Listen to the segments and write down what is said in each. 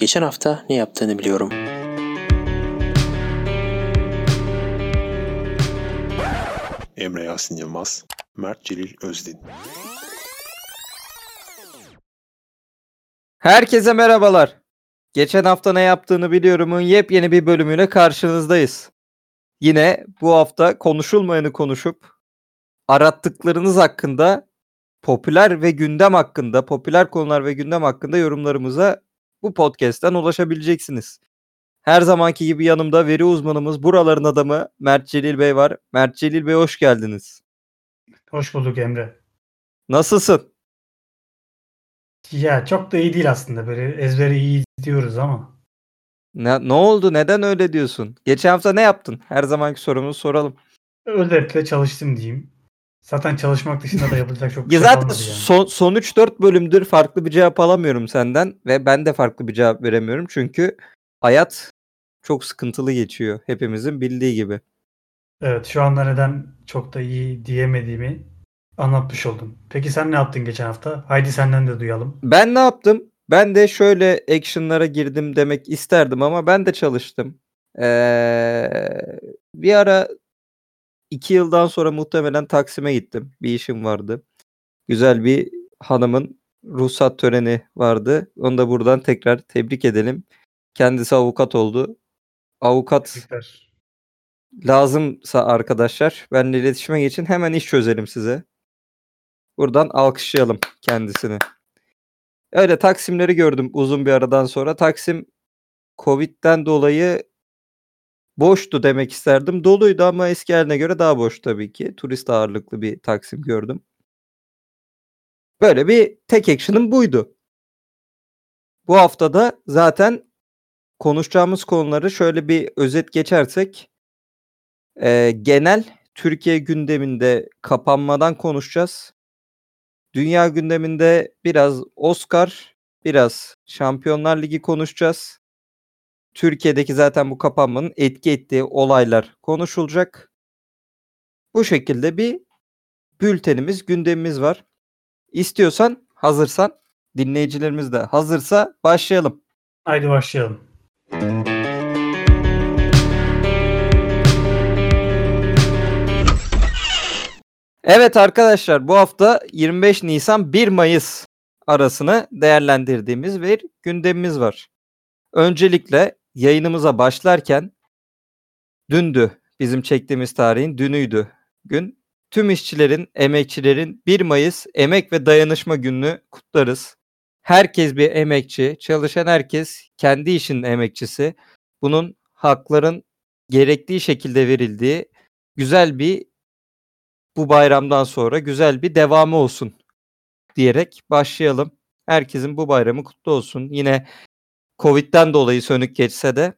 Geçen hafta ne yaptığını biliyorum. Emre Yasin Yılmaz, Mert Celil Özdin. Herkese merhabalar. Geçen hafta ne yaptığını biliyorumun yepyeni bir bölümüyle karşınızdayız. Yine bu hafta konuşulmayanı konuşup arattıklarınız hakkında popüler konular ve gündem hakkında yorumlarımıza bu podcast'ten ulaşabileceksiniz. Her zamanki gibi yanımda veri uzmanımız, buraların adamı Mert Celil Bey var. Mert Celil Bey hoş geldiniz. Hoş bulduk Emre. Nasılsın? Ya çok da iyi değil aslında, böyle ezbere iyi diyoruz ama. Ne oldu? Neden öyle diyorsun? Geçen hafta ne yaptın? Her zamanki sorumuzu soralım. Özellikle çalıştım diyeyim. Zaten çalışmak dışında da yapılacak çok bir Ya şey zaten kalmadı yani. son 3-4 bölümdür farklı bir cevap alamıyorum senden ve ben de farklı bir cevap veremiyorum çünkü hayat çok sıkıntılı geçiyor hepimizin bildiği gibi. Evet, şu anda neden çok da iyi diyemediğimi anlatmış oldum. Peki sen ne yaptın geçen hafta? Haydi senden de duyalım. Ben ne yaptım? Ben de şöyle action'lara girdim demek isterdim ama ben de çalıştım. Bir ara 2 yıldan sonra muhtemelen Taksim'e gittim. Bir işim vardı. Güzel bir hanımın ruhsat töreni vardı. Onu da buradan tekrar tebrik edelim. Kendisi avukat oldu. Avukat Tebrikler. lazımsa arkadaşlar benimle iletişime geçin. Hemen iş çözelim size. Buradan alkışlayalım kendisini. Öyle Taksimleri gördüm uzun bir aradan sonra. Taksim Covid'den dolayı boştu demek isterdim. Doluydu ama eski haline göre daha boş tabii ki. Turist ağırlıklı bir Taksim gördüm. Böyle bir tek action'ım buydu. Bu haftada zaten konuşacağımız konuları şöyle bir özet geçersek genel Türkiye gündeminde kapanmadan konuşacağız. Dünya gündeminde biraz Oscar, biraz Şampiyonlar Ligi konuşacağız. Türkiye'deki zaten bu kapanmanın etki ettiği olaylar konuşulacak. Bu şekilde bir bültenimiz, gündemimiz var. İstiyorsan, hazırsan, dinleyicilerimiz de hazırsa başlayalım. Haydi başlayalım. Evet arkadaşlar, bu hafta 25 Nisan 1 Mayıs arasını değerlendirdiğimiz bir gündemimiz var. Öncelikle yayınımıza başlarken dündü, bizim çektiğimiz tarihin dünüydü gün. Tüm işçilerin, emekçilerin 1 Mayıs Emek ve Dayanışma Günü'nü kutlarız. Herkes bir emekçi, çalışan herkes kendi işinin emekçisi. Bunun hakların gerektiği şekilde verildiği güzel bir, bu bayramdan sonra güzel bir devamı olsun diyerek başlayalım. Herkesin bu bayramı kutlu olsun. Yine Covid'den dolayı sönük geçse de,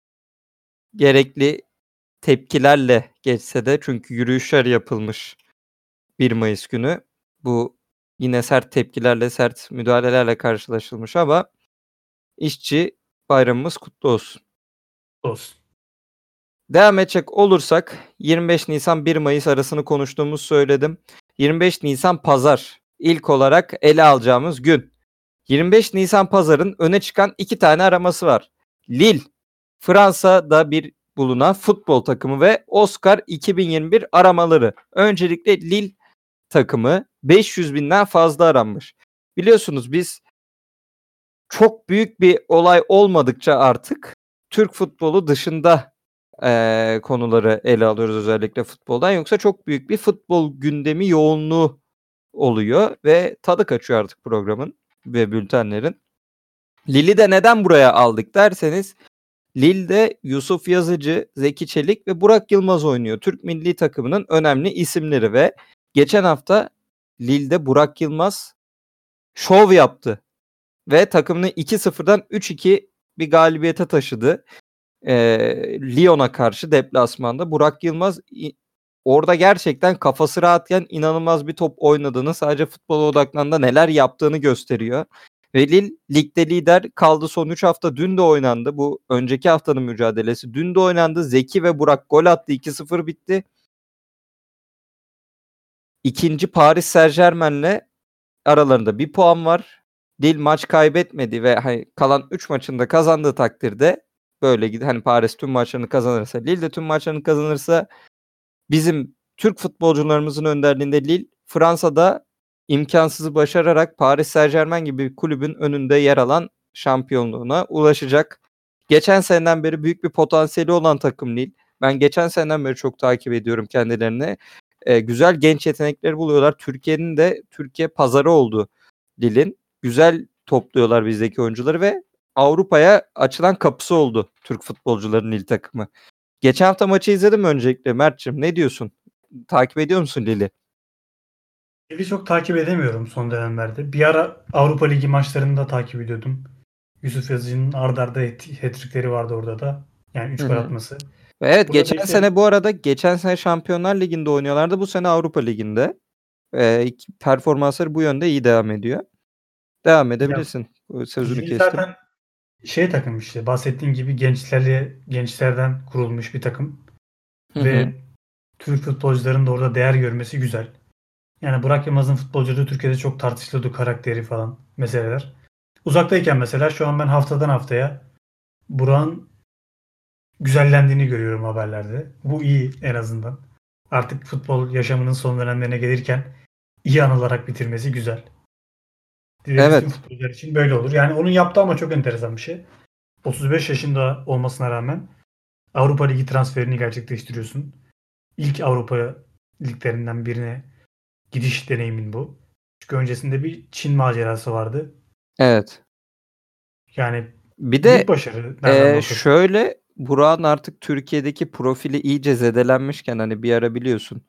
gerekli tepkilerle geçse de, çünkü yürüyüşler yapılmış 1 Mayıs günü. Bu yine sert tepkilerle, sert müdahalelerle karşılaşılmış ama işçi bayramımız kutlu olsun. Olsun. Devam edecek olursak 25 Nisan 1 Mayıs arasını konuştuğumuzu söyledim. 25 Nisan Pazar ilk olarak ele alacağımız gün. 25 Nisan Pazar'ın öne çıkan 2 tane araması var. Lille, Fransa'da bir bulunan futbol takımı ve Oscar 2021 aramaları. Öncelikle Lille takımı 500 binden fazla aranmış. Biliyorsunuz biz çok büyük bir olay olmadıkça artık Türk futbolu dışında konuları ele alıyoruz özellikle futboldan. Yoksa çok büyük bir futbol gündemi yoğunluğu oluyor ve tadı kaçıyor artık programın ve bültenlerin. Lille'i de neden buraya aldık derseniz, Lille'de Yusuf Yazıcı, Zeki Çelik ve Burak Yılmaz oynuyor. Türk milli takımının önemli isimleri ve geçen hafta Lille'de Burak Yılmaz şov yaptı ve takımını 2-0'dan 3-2 bir galibiyete taşıdı. Lyon'a karşı deplasmanda. Burak Yılmaz orada gerçekten kafası rahatken inanılmaz bir top oynadığını, sadece futbola odaklandı, neler yaptığını gösteriyor. Ve Lille ligde lider kaldı son 3 hafta. Dün de oynandı. Bu önceki haftanın mücadelesi. Dün de oynandı. Zeki ve Burak gol attı. 2-0 bitti. İkinci Paris Saint-Germain'le aralarında bir puan var. Lille maç kaybetmedi ve hani kalan 3 maçında kazandığı takdirde böyle hani Paris tüm maçlarını kazanırsa, Lille de tüm maçlarını kazanırsa bizim Türk futbolcularımızın önderliğinde Lille Fransa'da imkansızı başararak Paris Saint-Germain gibi bir kulübün önünde yer alan şampiyonluğuna ulaşacak. Geçen seneden beri büyük bir potansiyeli olan takım Lille. Ben geçen seneden beri çok takip ediyorum kendilerini. Güzel genç yetenekleri buluyorlar. Türkiye pazarı oldu Lille'in. Güzel topluyorlar bizdeki oyuncuları ve Avrupa'ya açılan kapısı oldu Türk futbolcuların Lille takımı. Geçen hafta maçı izledim öncelikle. Mert'cim ne diyorsun? Takip ediyor musun Lille'i? Lille'i çok takip edemiyorum son dönemlerde. Bir ara Avrupa Ligi maçlarını da takip ediyordum. Yusuf Yazıcı'nın ard arda hat-trickleri vardı orada da. Yani 3 Hı gol hı. atması. Evet, Burada da geçen işte sene bu arada Şampiyonlar Ligi'nde oynuyorlardı. Bu sene Avrupa Ligi'nde. Performansları bu yönde iyi devam ediyor. Devam ya edebilirsin. Sözünü Lille kestim. zaten takım işte bahsettiğin gibi gençlerden kurulmuş bir takım Hı hı. ve Türk futbolcuların da orada değer görmesi güzel. Yani Burak Yılmaz'ın futbolculuğu Türkiye'de çok tartışılıyordu, karakteri falan meseleler. Uzaktayken mesela şu an ben haftadan haftaya Burak'ın güzellendiğini görüyorum haberlerde. Bu iyi en azından. Artık futbol yaşamının son dönemlerine gelirken iyi anılarak bitirmesi güzel. Dileriz tüm Evet. futbolcular için böyle olur. Yani onun yaptığı ama çok enteresan bir şey. 35 yaşında olmasına rağmen Avrupa Ligi transferini gerçekleştiriyorsun. İlk Avrupa liglerinden birine gidiş deneyimin bu. Çünkü öncesinde bir Çin macerası vardı. Evet. Yani Bir büyük de başarı nereden bakıyorsun? şöyle Burak'ın artık Türkiye'deki profili iyice zedelenmişken hani bir ara biliyorsun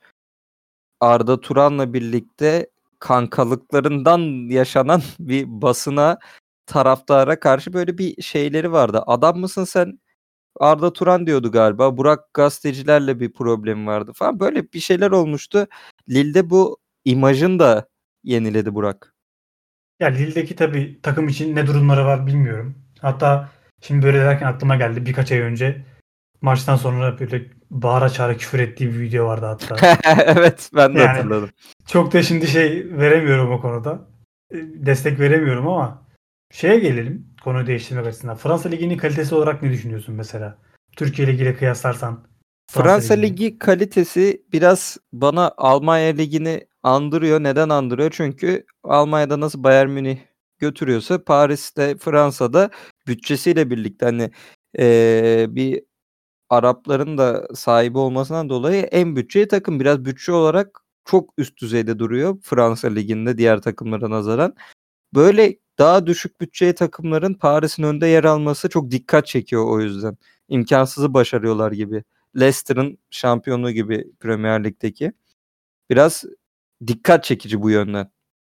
Arda Turan'la birlikte kankalıklarından yaşanan bir basına, taraftara karşı böyle bir şeyleri vardı. Adam mısın sen? Arda Turan diyordu galiba. Burak gazetecilerle bir problemi vardı falan. Böyle bir şeyler olmuştu. Lille'de bu imajın da yeniledi Burak. Ya Lille'deki tabii takım için ne durumları var bilmiyorum. Hatta şimdi böyle derken aklıma geldi birkaç ay önce maçtan sonra böyle bağıra çağıra küfür ettiği bir video vardı hatta. Evet, ben de Yani hatırladım. çok da şimdi veremiyorum o konuda. Destek veremiyorum ama şeye gelelim konuyu değiştirmek açısından. Fransa Ligi'nin kalitesi olarak ne düşünüyorsun mesela? Türkiye Ligi ile kıyaslarsan Fransa Fransa Ligi'ni. Ligi kalitesi biraz bana Almanya Ligi'ni andırıyor. Neden andırıyor? Çünkü Almanya'da nasıl Bayern Münih götürüyorsa Paris'te, Fransa'da bütçesiyle birlikte hani bir Arapların da sahibi olmasından dolayı en bütçeli takım. Biraz bütçe olarak çok üst düzeyde duruyor Fransa Ligi'nde diğer takımlara nazaran. Böyle daha düşük bütçeli takımların Paris'in önünde yer alması çok dikkat çekiyor o yüzden. İmkansızı başarıyorlar gibi. Leicester'ın şampiyonluğu gibi Premier Lig'deki. Biraz dikkat çekici bu yönden.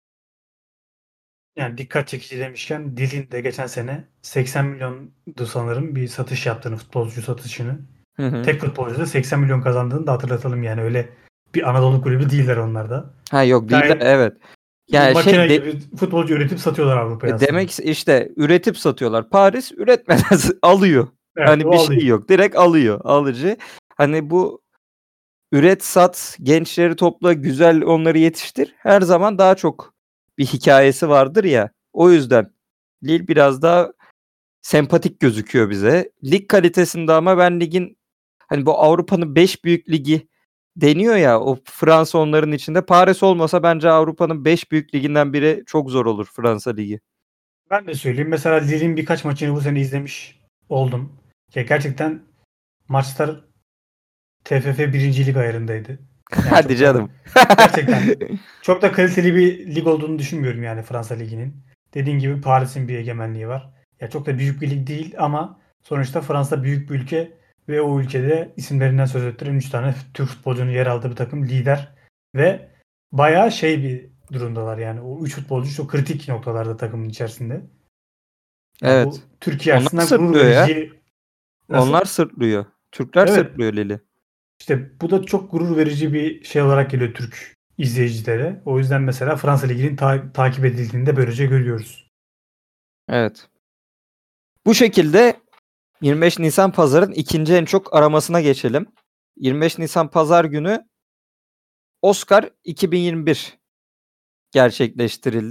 Yani dikkat çekici demişken Lille'in de geçen sene 80 milyondu sanırım bir satış yaptığını, futbolcu satışını. Hı hı. Tek futbolcu da 80 milyon kazandığını da hatırlatalım yani öyle bir Anadolu kulübü değiller onlar da. Ha yok değil de Gayet evet. Yani makine gibi futbolcu üretip satıyorlar Avrupa'ya aslında. demek işte üretip satıyorlar. Paris üretmeden alıyor. Evet, Hani o bir alıyor. şey yok. Direkt alıyor alıcı. Hani bu üret sat, gençleri topla, güzel onları yetiştir. Her zaman daha çok bir hikayesi vardır ya. O yüzden Lille biraz daha sempatik gözüküyor bize. Lig kalitesinde ama ben ligin hani bu Avrupa'nın 5 büyük ligi deniyor ya, o Fransa onların içinde. Paris olmasa bence Avrupa'nın 5 büyük liginden biri çok zor olur, Fransa ligi. Ben de söyleyeyim. Mesela Lille'in birkaç maçını bu sene izlemiş oldum. Ya gerçekten maçlar TFF 1. Lig ayarındaydı. Yani Hadi çok da canım. gerçekten çok da kaliteli bir lig olduğunu düşünmüyorum yani Fransa Ligi'nin. Dediğin gibi Paris'in bir egemenliği var. Ya çok da büyük bir lig değil ama sonuçta Fransa büyük bir ülke ve o ülkede isimlerinden söz ettiren 3 tane Türk futbolcunun yer aldığı bir takım lider ve bayağı bir durumdalar yani. O 3 futbolcu çok kritik noktalarda takımın içerisinde. Yani bu Evet. Türkiye Onlar açısından gurur sırtlıyor ya. verici. Nasıl? Onlar sırtlıyor. Türkler Evet. sırtlıyor Lili. İşte bu da çok gurur verici bir şey olarak geliyor Türk izleyicilere. O yüzden mesela Fransa Ligi'nin takip edildiğini de böylece görüyoruz. Evet. Bu şekilde 25 Nisan Pazar'ın ikinci en çok aramasına geçelim. 25 Nisan Pazar günü Oscar 2021 gerçekleştirildi.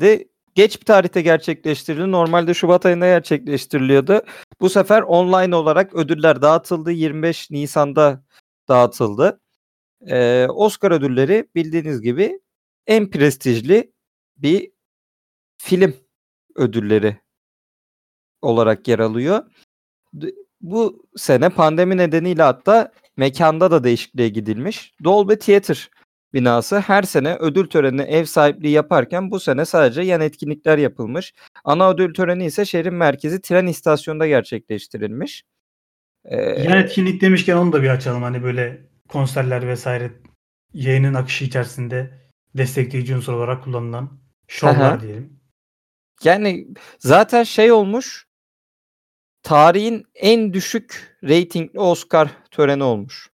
geç bir tarihte gerçekleştirildi. Normalde Şubat ayında gerçekleştiriliyordu. Bu sefer online olarak ödüller dağıtıldı. 25 Nisan'da dağıtıldı. Oscar ödülleri bildiğiniz gibi en prestijli bir film ödülleri olarak yer alıyor. Bu sene pandemi nedeniyle hatta mekanda da değişikliğe gidilmiş. Dolby Theatre binası her sene ödül törenine ev sahipliği yaparken bu sene sadece yan etkinlikler yapılmış. Ana ödül töreni ise şehrin merkezi tren istasyonunda gerçekleştirilmiş. Yan etkinlik demişken onu da bir açalım. Hani böyle konserler vesaire yayının akışı içerisinde destekleyici unsur olarak kullanılan şovlar diyelim. Yani zaten şey olmuş, tarihin en düşük reytingli Oscar töreni olmuş.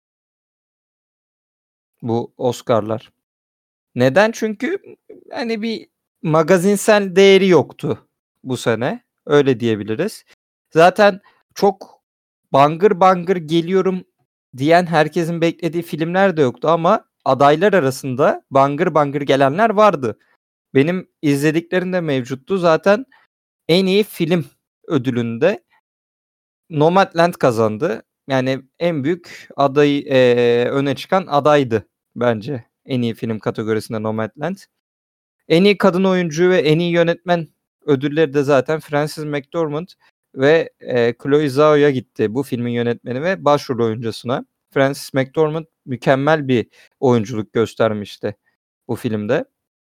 Bu Oscar'lar. Neden? Çünkü hani bir magazinsel değeri yoktu bu sene. Öyle diyebiliriz. Zaten çok bangır bangır geliyorum diyen herkesin beklediği filmler de yoktu ama adaylar arasında bangır bangır gelenler vardı. Benim izlediklerim de mevcuttu. Zaten en iyi film ödülünde Nomadland kazandı. Yani en büyük aday öne çıkan adaydı bence. En iyi film kategorisinde Nomadland. En iyi kadın oyuncu ve en iyi yönetmen ödülleri de zaten Frances McDormand ve Chloe Zhao'ya gitti. Bu filmin yönetmeni ve başrol oyuncusuna. Frances McDormand mükemmel bir oyunculuk göstermişti bu filmde.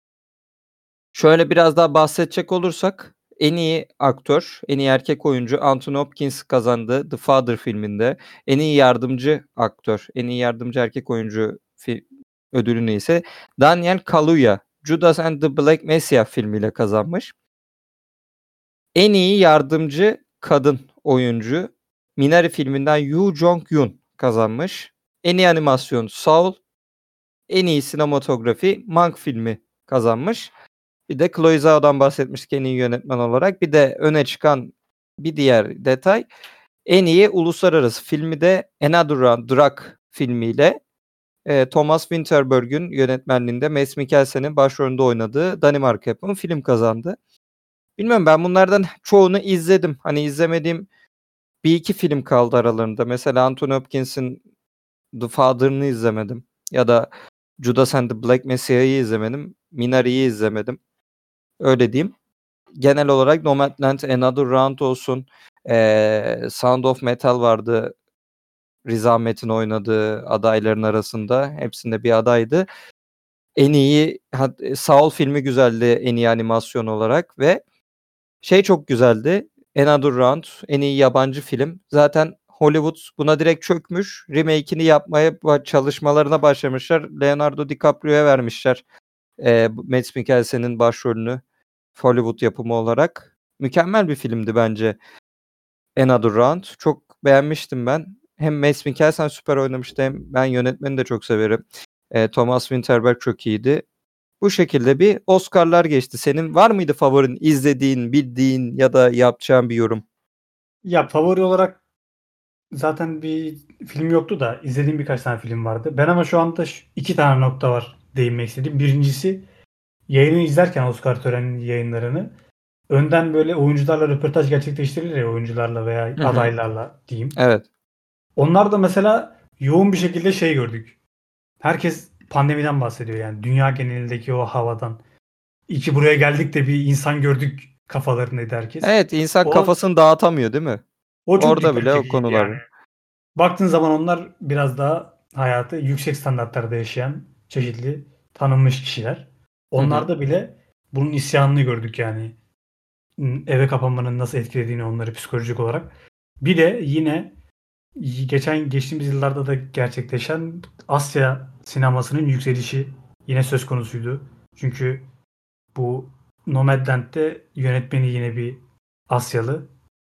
Şöyle biraz daha bahsedecek olursak en iyi aktör, en iyi erkek oyuncu Anthony Hopkins kazandı The Father filminde. En iyi yardımcı aktör, en iyi yardımcı erkek oyuncu ödülünü ise Daniel Kaluuya Judas and the Black Messiah filmiyle kazanmış. En iyi yardımcı kadın oyuncu Minari filminden Yoo Jong-yoon kazanmış. En iyi animasyon Soul, en iyi sinematografi Mank filmi kazanmış. Bir de Chloe Zhao'dan bahsetmiştik en iyi yönetmen olarak. Bir de öne çıkan bir diğer detay en iyi uluslararası filmi de Another Drug filmiyle Thomas Winterberg'ün yönetmenliğinde Mads Mikkelsen'in başrolünde oynadığı Danimarka yapımı film kazandı. Bilmiyorum, ben bunlardan çoğunu izledim. Hani izlemediğim bir iki film kaldı aralarında. Mesela Anthony Hopkins'in The Father'ını izlemedim. Ya da Judas and the Black Messiah'yı izlemedim. Minari'yi izlemedim. Öyle diyeyim. Genel olarak Nomadland, Another Round olsun, Sound of Metal vardı. Riz Ahmet'in oynadığı adayların arasında. Hepsinde bir adaydı. En iyi Saul filmi güzeldi en iyi animasyon olarak ve şey çok güzeldi. Another Round en iyi yabancı film. Zaten Hollywood buna direkt çökmüş. Remake'ini yapmaya çalışmalarına başlamışlar. Leonardo DiCaprio'ya vermişler. Mads Mikkelsen'in başrolünü Hollywood yapımı olarak. Mükemmel bir filmdi bence Another Round. Çok beğenmiştim ben. Hem Mads Mikkelsen süper oynamıştı hem ben yönetmeni de çok severim. Thomas Winterberg çok iyiydi. Bu şekilde bir Oscar'lar geçti. Senin var mıydı favorin, izlediğin, bildiğin ya da yapacağın bir yorum? Ya favori olarak zaten bir film yoktu da izlediğim birkaç tane film vardı. Ben ama şu anda iki tane nokta var değinmek istediğim. Birincisi yayını izlerken Oscar töreninin yayınlarını önden böyle oyuncularla röportaj gerçekleştirilir ya, oyuncularla veya adaylarla diyeyim. Evet. Onlar da mesela yoğun bir şekilde şey gördük. Herkes pandemiden bahsediyor yani dünya genelindeki o havadan. İyi ki buraya geldik de bir insan gördük kafalarındaydı herkes. Evet, insan kafasını dağıtamıyor değil mi? O çok Orada bile o çekiciydi konular. yani. Baktığın zaman onlar biraz daha hayatı yüksek standartlarda yaşayan çeşitli tanınmış kişiler. Onlarda bile bunun isyanını gördük yani. Eve kapanmanın nasıl etkilediğini onları psikolojik olarak. Bir de yine geçtiğimiz yıllarda da gerçekleşen Asya sinemasının yükselişi yine söz konusuydu. Çünkü bu Nomadland'de yönetmeni yine bir Asyalı.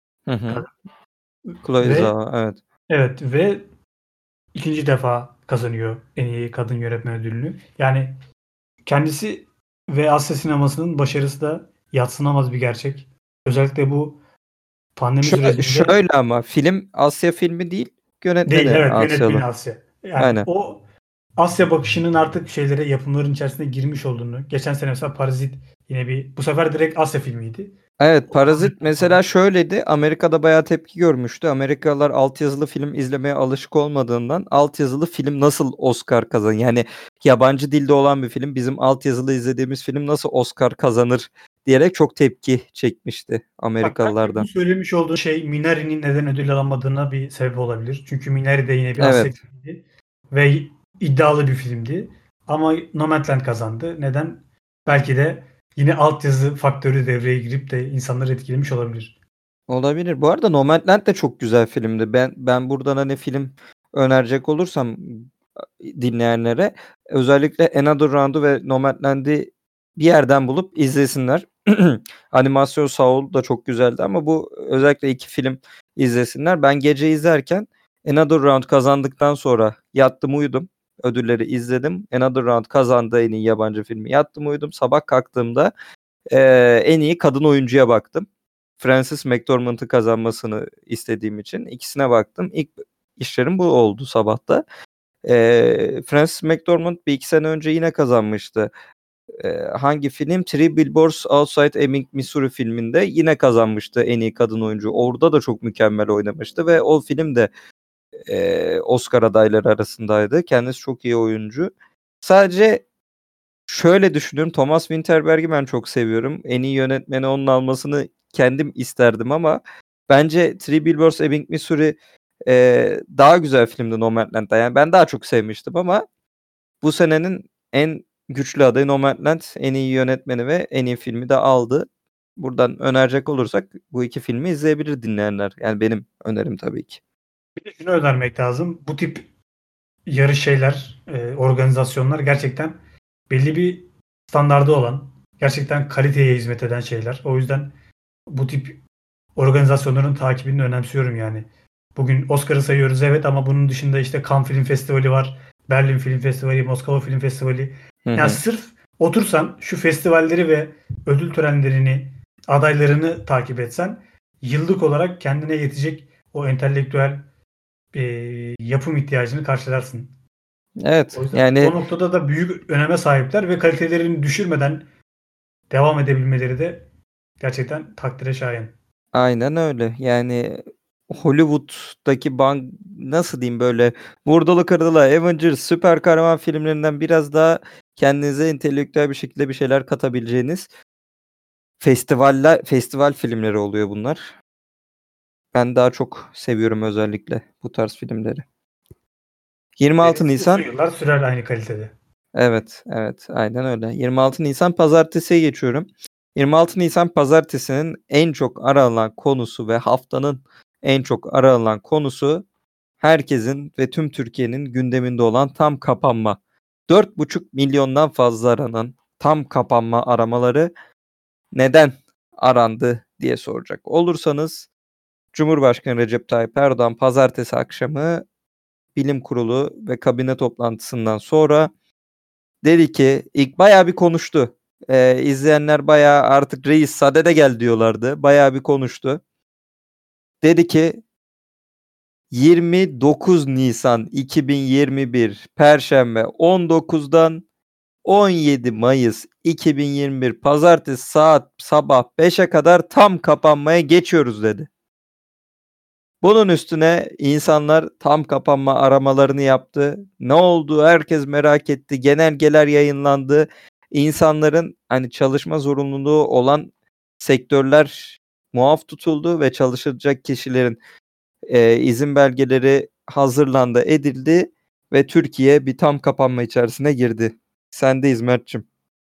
Chloe Zhao, evet. Evet ve ikinci defa kazanıyor en iyi kadın yönetmen ödülünü. Yani kendisi ve Asya sinemasının başarısı da yadsınamaz bir gerçek. Özellikle bu pandemi sürecinde. Şöyle ama film Asya filmi değil, yönetmeni değil, evet, Asyalı. yönetmeni Asya. Yani aynen. O Asya bakışının artık yapımların içerisine girmiş olduğunu. Geçen sene mesela Parazit Bu sefer direkt Asya filmiydi. Evet, Parazit mesela şöyleydi. Amerika'da bayağı tepki görmüştü. Amerikalılar altyazılı film izlemeye alışık olmadığından altyazılı film nasıl Oscar kazanır? Yani yabancı dilde olan bir film bizim altyazılı izlediğimiz film nasıl Oscar kazanır diyerek çok tepki çekmişti Bak bence bu Amerikalılardan. söylemiş olduğu şey Minari'nin neden ödül alamadığına bir sebep olabilir. Çünkü Minari de yine bir Asya Evet. filmiydi ve iddialı bir filmdi. Ama Nomadland kazandı. Neden? Belki de yine altyazı faktörü devreye girip de insanları etkilemiş olabilir. Olabilir. Bu arada Nomadland de çok güzel filmdi. Ben buradan hani film önerecek olursam dinleyenlere özellikle Another Round'u ve Nomadland'i bir yerden bulup izlesinler. Animasyon Saul da çok güzeldi ama bu özellikle iki film izlesinler. Ben gece izlerken Another Round kazandıktan sonra yattım uyudum. Ödülleri izledim. Another Round kazandı en iyi yabancı filmi. Yattım uyudum. Sabah kalktığımda en iyi kadın oyuncuya baktım. Frances McDormand'ı kazanmasını istediğim için ikisine baktım. İlk işlerim bu oldu sabahta. Frances McDormand bir iki sene önce yine kazanmıştı. Hangi film? Three Billboards Outside Ebbing, Missouri filminde yine kazanmıştı en iyi kadın oyuncu. Orada da çok mükemmel oynamıştı ve o film de Oscar adayları arasındaydı. Kendisi çok iyi oyuncu. Sadece şöyle düşünüyorum. Thomas Winterberg'i ben çok seviyorum. En iyi yönetmeni onun almasını kendim isterdim ama bence Three Billboards Ebbing, Missouri daha güzel filmdi Nomadland'dan. Yani ben daha çok sevmiştim ama bu senenin en güçlü adayı Nomadland. En iyi yönetmeni ve en iyi filmi de aldı. Buradan önerecek olursak bu iki filmi izleyebilir dinleyenler. Yani benim önerim tabii ki. Bir de şunu önermek lazım. Bu tip yarış şeyler, organizasyonlar gerçekten belli bir standardı olan, gerçekten kaliteye hizmet eden şeyler. O yüzden bu tip organizasyonların takibini önemsiyorum yani. Bugün Oscar'ı sayıyoruz evet ama bunun dışında işte Cannes Film Festivali var, Berlin Film Festivali, Moskova Film Festivali. Hı Yani hı. sırf otursan şu festivalleri ve ödül törenlerini, adaylarını takip etsen yıllık olarak kendine yetecek o entelektüel yapım ihtiyacını karşılarsın. Evet O yüzden o yani noktada da büyük öneme sahipler ve kalitelerini düşürmeden devam edebilmeleri de gerçekten takdire şayan. aynen öyle. Yani Hollywood'daki nasıl diyeyim böyle vurdulu kırdılı Avengers süper kahraman filmlerinden biraz daha kendinize entelektüel bir şekilde bir şeyler katabileceğiniz festival filmleri oluyor bunlar. Ben daha çok seviyorum özellikle bu tarz filmleri. 26 Uzun Nisan. yıllar sürer aynı kalitede. Evet, evet, aynen öyle. 26 Nisan pazartesiye geçiyorum. 26 Nisan pazartesinin en çok aranan konusu ve haftanın en çok aranan konusu herkesin ve tüm Türkiye'nin gündeminde olan tam kapanma. 4,5 milyondan fazla aranan tam kapanma aramaları neden arandı diye soracak olursanız Cumhurbaşkanı Recep Tayyip Erdoğan pazartesi akşamı bilim kurulu ve kabine toplantısından sonra dedi ki ilk bayağı bir konuştu. İzleyenler bayağı artık reis sadede gel diyorlardı. Bayağı bir konuştu. Dedi ki 29 Nisan 2021 Perşembe 19'dan 17 Mayıs 2021 Pazartesi saat sabah 5'e kadar tam kapanmaya geçiyoruz dedi. Bunun üstüne insanlar tam kapanma aramalarını yaptı. Ne oldu? Herkes merak etti. Genelgeler yayınlandı. İnsanların hani çalışma zorunluluğu olan sektörler muaf tutuldu ve çalışacak kişilerin izin belgeleri hazırlandı, edildi ve Türkiye bir tam kapanma içerisine girdi. Sendeyiz Mert'cim.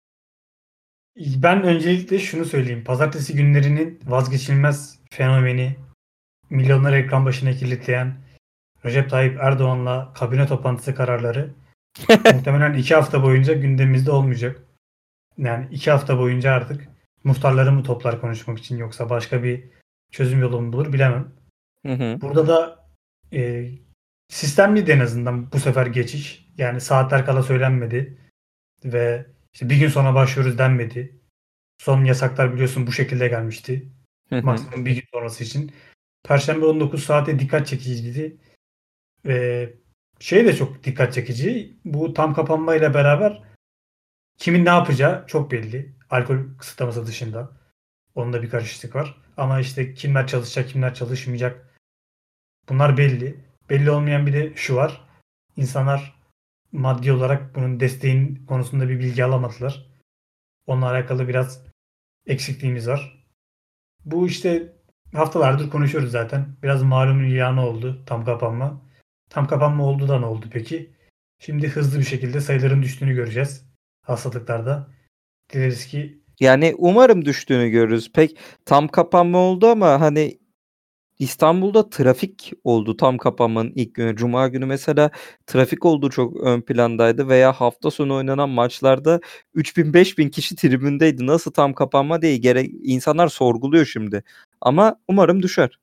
Ben öncelikle şunu söyleyeyim. Pazartesi günlerinin vazgeçilmez fenomeni, milyonları ekran başına kilitleyen Recep Tayyip Erdoğan'la kabine toplantısı kararları muhtemelen 2 hafta boyunca gündemimizde olmayacak. Yani 2 hafta boyunca artık muhtarları mı toplar konuşmak için yoksa başka bir çözüm yolu mu bulur bilemem. Hı hı. Burada da e, sistemliydi en azından bu sefer geçiş. Yani saatler kala söylenmedi ve işte bir gün sonra başlıyoruz denmedi. Son yasaklar biliyorsun bu şekilde gelmişti. Hı hı. Maksimum bir gün sonrası için. Perşembe 19 saate dikkat çekiciydi. Ve şey de çok dikkat çekici. Bu tam kapanmayla beraber kimin ne yapacağı çok belli. Alkol kısıtlaması dışında. Onda bir karışıklık var. Ama işte kimler çalışacak, kimler çalışmayacak. Bunlar belli. Belli olmayan bir de şu var. İnsanlar maddi olarak bunun desteğin konusunda bir bilgi alamadılar. Onunla alakalı biraz eksikliğimiz var. Bu işte haftalardır konuşuyoruz zaten. Biraz malumun ilanı oldu tam kapanma. Tam kapanma oldu da ne oldu peki? Şimdi hızlı bir şekilde sayıların düştüğünü göreceğiz hastalıklarda. Dileriz ki Yani umarım düştüğünü görürüz. Pek tam kapanma oldu ama hani İstanbul'da trafik oldu tam kapanmanın ilk günü. Cuma günü mesela trafik olduğu çok ön plandaydı veya hafta sonu oynanan maçlarda 3000-5000 kişi tribündeydi. Nasıl tam kapanma değil. İnsanlar sorguluyor şimdi. Ama umarım düşer.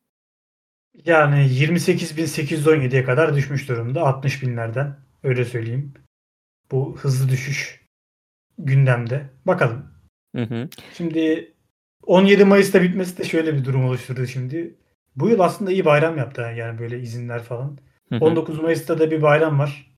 yani 28.817'ye kadar düşmüş durumda 60 binlerden. Öyle söyleyeyim. Bu hızlı düşüş gündemde. Bakalım. Hı hı. Şimdi 17 Mayıs'ta bitmesi de şöyle bir durum oluşturdu şimdi. Bu yıl aslında iyi bayram yaptı yani böyle izinler falan. Hı hı. 19 Mayıs'ta da bir bayram var.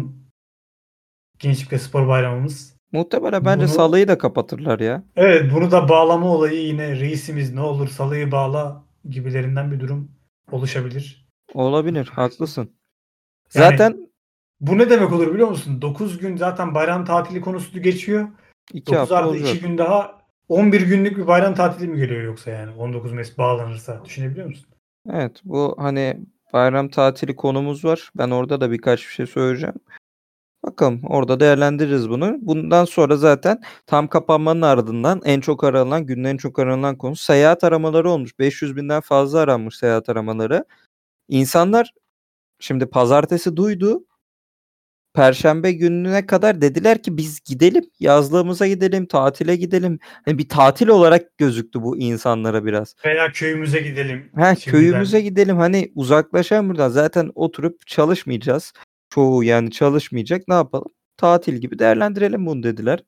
Gençlik ve Spor Bayramımız. Muhtemelen bence Bunu salıyı da kapatırlar ya. evet bunu da bağlama olayı yine reisimiz ne olur salıyı bağla gibilerinden bir durum oluşabilir. Olabilir. Haklısın. Yani Zaten bu ne demek olur biliyor musun? 9 gün zaten bayram tatili konusu geçiyor. 2 9 hafta artı 2 olacak. gün daha 11 günlük bir bayram tatili mi geliyor yoksa yani 19 Mayıs bağlanırsa düşünebiliyor musun? Evet, bu hani bayram tatili konumuz var. Ben orada da birkaç bir şey söyleyeceğim. Bakalım orada değerlendiririz bunu. Bundan sonra zaten tam kapanmanın ardından en çok aranan, günün en çok aranan konusu seyahat aramaları olmuş. 500 binden fazla aranmış seyahat aramaları. İnsanlar şimdi pazartesi duydu. Perşembe gününe kadar dediler ki biz gidelim, yazlığımıza gidelim, tatile gidelim. Hani bir tatil olarak gözüktü bu insanlara biraz. Veya köyümüze gidelim Köyümüze şimdiden. gidelim hani uzaklaşalım buradan. Zaten oturup çalışmayacağız. Çoğu yani çalışmayacak. Ne yapalım? Tatil gibi değerlendirelim bunu dediler.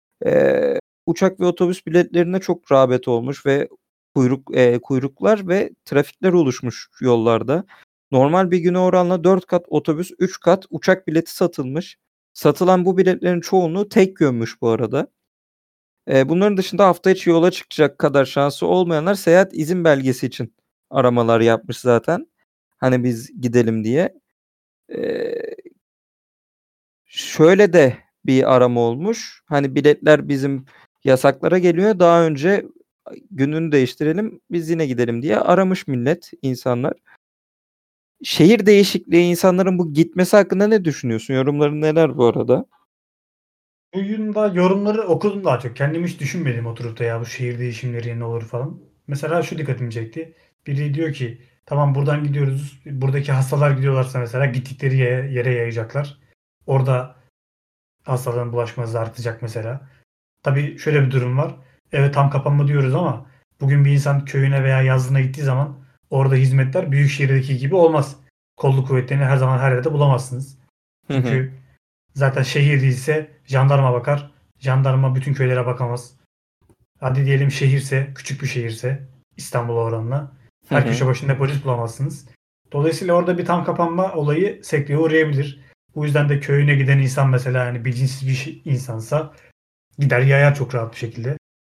Uçak ve otobüs biletlerine çok rağbet olmuş ve kuyruklar ve trafikler oluşmuş yollarda. Normal bir güne oranla 4 kat otobüs, 3 kat uçak bileti satılmış. Satılan bu biletlerin çoğunluğu tek yönmüş bu arada. Bunların dışında hafta içi yola çıkacak kadar şansı olmayanlar seyahat izin belgesi için aramalar yapmış zaten. Hani biz gidelim diye. Eee, Şöyle de bir arama olmuş. Hani biletler bizim yasaklara geliyor. Daha önce gününü değiştirelim, biz yine gidelim diye aramış millet, insanlar. Şehir değişikliği insanların bu gitmesi hakkında ne düşünüyorsun? Yorumların neler bu arada? Bugün da yorumları okudum daha çok. Kendim hiç düşünmedim oturup da ya bu şehir değişimleri ne olur falan. Mesela şu dikkatimi çekti. Biri diyor ki tamam buradan gidiyoruz. Buradaki hastalar gidiyorlarsa mesela gittikleri yere yayacaklar. Orada hastalığın bulaşması artacak mesela. Tabii şöyle bir durum var. Evet tam kapanma diyoruz ama bugün bir insan köyüne veya yazlığına gittiği zaman orada hizmetler büyük şehirdeki gibi olmaz. Kolluk kuvvetlerini her zaman her yerde bulamazsınız. Hı hı. Çünkü zaten şehir değilse jandarma bakar. Jandarma bütün köylere bakamaz. Hadi diyelim şehirse, küçük bir şehirse İstanbul oranla Hı her hı. köşe başında polis bulamazsınız. Dolayısıyla orada bir tam kapanma olayı sekteye uğrayabilir. Bu yüzden de köyüne giden insan mesela yani bilinçsiz bir insansa gider yayar çok rahat bir şekilde.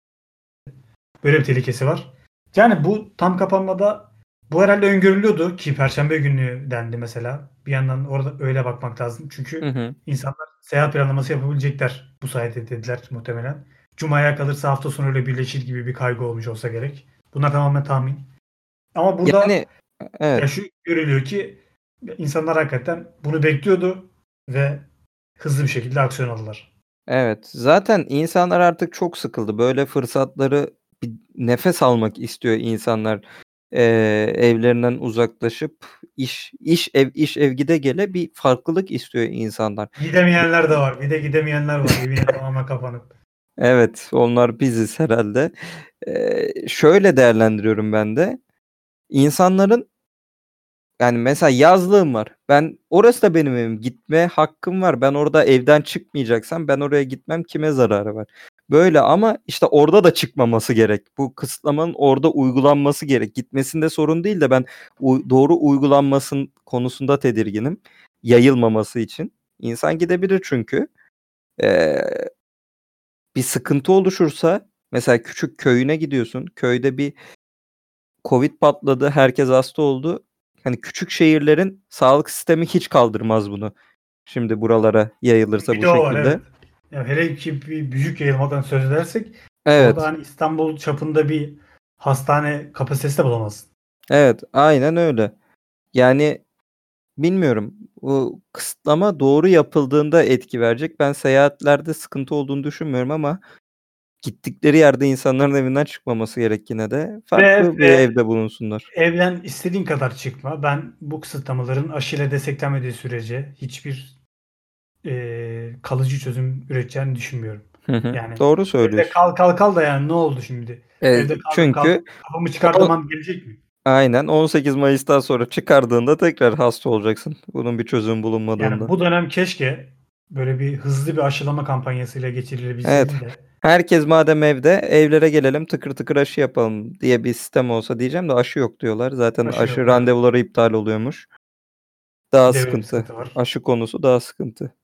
Böyle bir tehlikesi var. Yani bu tam kapanmada bu herhalde öngörülüyordu ki Perşembe günü dendi mesela. Bir yandan orada öyle bakmak lazım. Hı Çünkü hı. insanlar seyahat planlaması yapabilecekler bu sayede dediler muhtemelen. Cuma'ya kalırsa hafta sonu öyle birleşir gibi bir kaygı olmuş olsa gerek. Bunlar tamamen tahmin. Ama burada Yani evet. ya şu görülüyor ki insanlar hakikaten bunu bekliyordu ve hızlı bir şekilde aksiyon aldılar. Evet. Zaten insanlar artık çok sıkıldı. Böyle fırsatları bir nefes almak istiyor insanlar. Evlerinden uzaklaşıp iş ev gide gele bir farklılık istiyor insanlar. Gidemeyenler de var. Bir de gidemeyenler var. Evine tamamen kapanıp. Evet, onlar biziz herhalde. Şöyle değerlendiriyorum ben de. İnsanların yani mesela yazlığım var. Orası da benim evim. Gitme hakkım var. Ben orada evden çıkmayacaksam ben oraya gitmem. Kime zararı var? Böyle ama işte orada da çıkmaması gerek. Bu kısıtlamanın orada uygulanması gerek. Gitmesinde sorun değil de ben doğru uygulanmasın konusunda tedirginim. Yayılmaması için. İnsan gidebilir çünkü. Eee, bir sıkıntı oluşursa mesela küçük köyüne gidiyorsun. Köyde bir Covid patladı. Herkes hasta oldu. Hani küçük şehirlerin sağlık sistemi hiç kaldırmaz bunu. Şimdi buralara yayılırsa Bir bu de o var, şekilde. evet. Ya hele ki bir büyük yayılmadan söz edersek Evet. orada hani İstanbul çapında bir hastane kapasitesi de bulamazsın. Evet, aynen öyle. Yani bilmiyorum. Bu kısıtlama doğru yapıldığında etki verecek. Ben seyahatlerde sıkıntı olduğunu düşünmüyorum ama gittikleri yerde insanların evinden çıkmaması gerek yine de. Farklı bir Ve evde bulunsunlar. evden istediğin kadar çıkma. Ben bu kısıtlamaların aşıyla desteklenmediği sürece hiçbir kalıcı çözüm üreteceğini düşünmüyorum. Hı hı. Yani Doğru evde söylüyorsun. kal da yani ne oldu şimdi? Evde kaldım Çünkü kafamı o çıkartamam gelecek mi? aynen 18 Mayıs'tan sonra çıkardığında tekrar hasta olacaksın. Bunun bir çözüm Yani bulunmadığında. bu dönem keşke böyle bir hızlı bir aşılama kampanyasıyla Evet. geçirilebilseydi de Herkes madem evde evlere gelelim tıkır tıkır aşı yapalım diye bir sistem olsa diyeceğim de aşı yok diyorlar. Zaten aşı aşı yok. Evet. randevuları iptal oluyormuş. Daha Bir de öyle bir sıkıntı. sıkıntı var. Aşı konusu daha sıkıntı.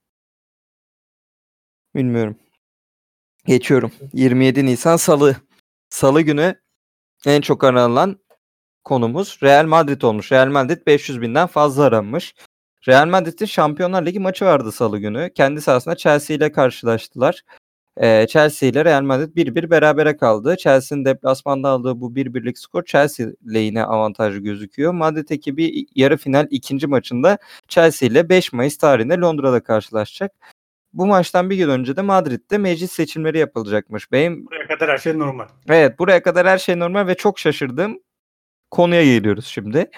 Bilmiyorum. Geçiyorum. 27 Nisan Salı. Salı günü en çok aranılan konumuz Real Madrid olmuş. Real Madrid 500 binden fazla aranmış. Real Madrid'in Şampiyonlar Ligi maçı vardı Salı günü. Kendi sahasında Chelsea ile karşılaştılar. Chelsea ile Real Madrid 1-1 berabere kaldı. Chelsea'nin deplasmanda aldığı bu 1-1'lik skor Chelsea lehine avantajlı gözüküyor. Madrid ekibi yarı final ikinci maçında Chelsea ile 5 Mayıs tarihinde Londra'da karşılaşacak. Bu maçtan bir gün önce de Madrid'de meclis seçimleri yapılacakmış. Buraya kadar her şey normal. Evet, buraya kadar her şey normal ve çok şaşırdığım konuya geliyoruz şimdi.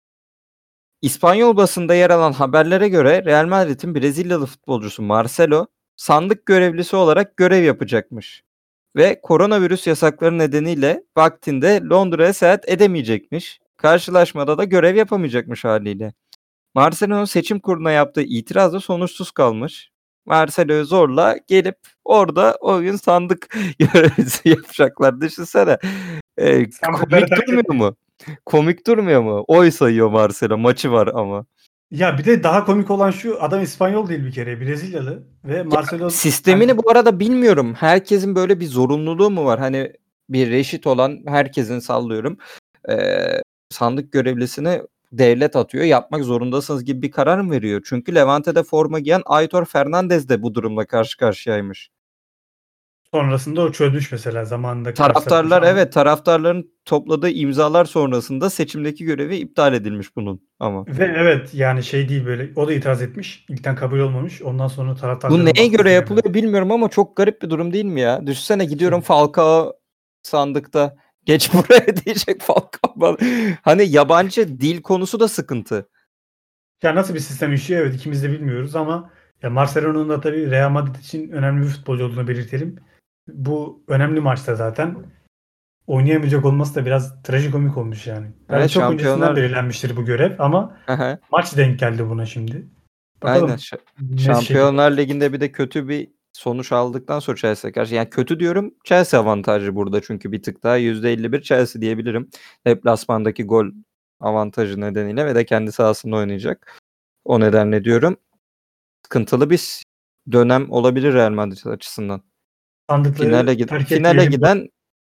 İspanyol basında yer alan haberlere göre Real Madrid'in Brezilyalı futbolcusu Marcelo sandık görevlisi olarak görev yapacakmış. Ve koronavirüs yasakları nedeniyle vaktinde Londra'ya seyahat edemeyecekmiş. Karşılaşmada da görev yapamayacakmış haliyle. Marcelo'nun seçim kuruluna yaptığı itiraz da sonuçsuz kalmış. Marcelo'yu zorla gelip orada o gün sandık görevlisi yapacaklar. Düşünsene. Sandıkları Komik terk durmuyor etmek. mu? Komik durmuyor mu? Oy sayıyor Marcelo. Maçı var ama. Ya bir de daha komik olan şu, adam İspanyol değil bir kere, Brezilyalı ve Marcelo yani Sistemini bu arada bilmiyorum. Herkesin böyle bir zorunluluğu mu var? Hani bir reşit olan herkesin sallıyorum. Sandık görevlisine devlet atıyor. Yapmak zorundasınız gibi bir karar mı veriyor? Çünkü Levante'de forma giyen Aitor Fernandez de bu durumla karşı karşıyaymış. sonrasında o çözmüş mesela zamanında karşılaşmış Taraftarlar ama evet taraftarların topladığı imzalar sonrasında seçimdeki görevi iptal edilmiş bunun ama. ve evet yani şey değil, böyle o da itiraz etmiş. İlkten kabul olmamış. Ondan sonra Bu taraftarların neye göre baskısıyla böyle. yapılıyor bilmiyorum ama çok garip bir durum değil mi ya? Düşünsene gidiyorum Şey, Falcao sandıkta. Geç buraya diyecek Falcao bana. Hani yabancı dil konusu da sıkıntı. ya nasıl bir sistem işliyor, evet ikimiz de bilmiyoruz ama ya Marcelo'nun da tabii Real Madrid için önemli bir futbolcu olduğunu belirtelim. Bu önemli maçta zaten oynayamayacak olması da biraz trajikomik olmuş yani. Evet Belki çok öncesinden şampiyonlar. belirlenmiştir bu görev ama Aha, maç denk geldi buna şimdi. aynen. Bakalım ne şekilde. Şampiyonlar Ligi'nde bir de kötü bir sonuç aldıktan sonra Chelsea'ye karşı. Yani kötü diyorum Chelsea avantajı burada çünkü bir tık daha %51 Chelsea diyebilirim. Deplasmandaki gol avantajı nedeniyle ve de kendi sahasında oynayacak. O nedenle diyorum. Sıkıntılı bir dönem olabilir Real Madrid açısından. Sandıkları terk Finale etmeyelim. giden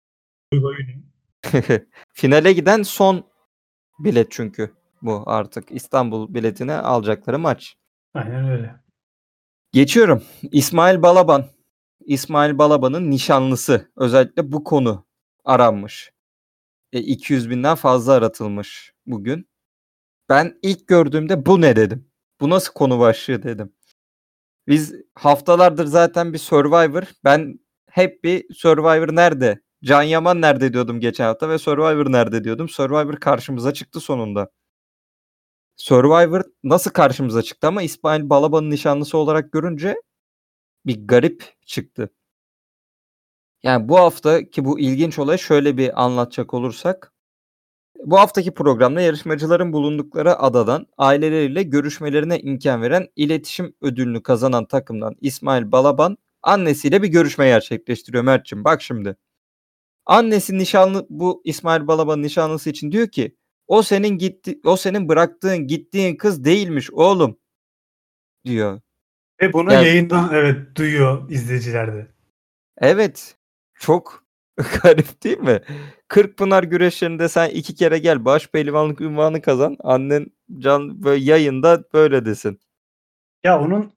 finale giden son bilet çünkü bu artık İstanbul biletine alacakları maç. Aynen öyle. Geçiyorum. İsmail Balaban. İsmail Balaban'ın nişanlısı. Özellikle bu konu aranmış. 200 binden fazla aratılmış bugün. Ben ilk gördüğümde bu ne dedim. Bu nasıl konu başlığı dedim. Biz haftalardır zaten bir Survivor. Ben hep bir Survivor nerede? Can Yaman nerede diyordum geçen hafta ve Survivor nerede diyordum. Survivor karşımıza çıktı sonunda. Survivor nasıl karşımıza çıktı ama İsmail Balaban'ın nişanlısı olarak görünce bir garip çıktı. Yani bu haftaki bu ilginç olay şöyle bir anlatacak olursak. Bu haftaki programda yarışmacıların bulundukları adadan aileleriyle görüşmelerine imkan veren iletişim ödülünü kazanan takımdan İsmail Balaban annesiyle bir görüşme gerçekleştiriyor Mert'ciğim. Bak şimdi. Annesi nişanlı bu İsmail Balaban'ın nişanlısı için diyor ki o senin bıraktığın gittiğin kız değilmiş oğlum diyor. Ve bunu Yani yayından evet duyuyor izleyiciler de. Evet. Çok garip değil mi? Kırkpınar güreşlerinde sen 2 kere gel baş pehlivanlık unvanı kazan. Annen böyle yayında böyle desin. Ya onun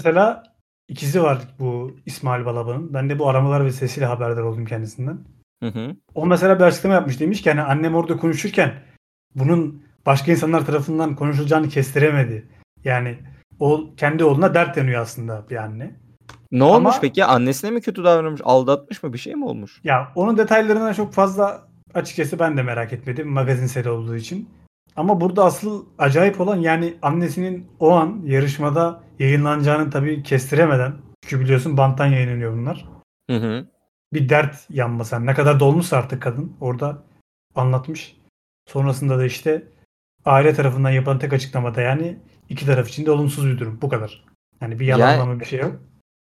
ikizi var bu İsmail Balaban'ın. Ben de bu aramalar vesilesiyle haberdar oldum kendisinden. Hı hı. O mesela bir açıklama yapmış, demiş ki hani annem orada konuşurken bunun başka insanlar tarafından konuşulacağını kestiremedi. Yani o kendi oğluna dert yanıyor aslında bir anne. Ne olmuş Ama peki? Annesine mi kötü davranmış? Aldatmış mı? Bir şey mi olmuş? ya onun detaylarına çok fazla açıkçası ben de merak etmedim magazinsel olduğu için. Ama burada asıl acayip olan yani annesinin o an yarışmada yayınlanacağını tabii kestiremeden, çünkü biliyorsun banttan yayınlanıyor bunlar. Hı hı. Bir dert yanması. Yani ne kadar dolmuşsa artık kadın orada anlatmış. Sonrasında da işte aile tarafından yapılan tek açıklamada yani iki taraf için de olumsuz bir durum. Bu kadar. Yani bir Ya yalanlama bir şey yok.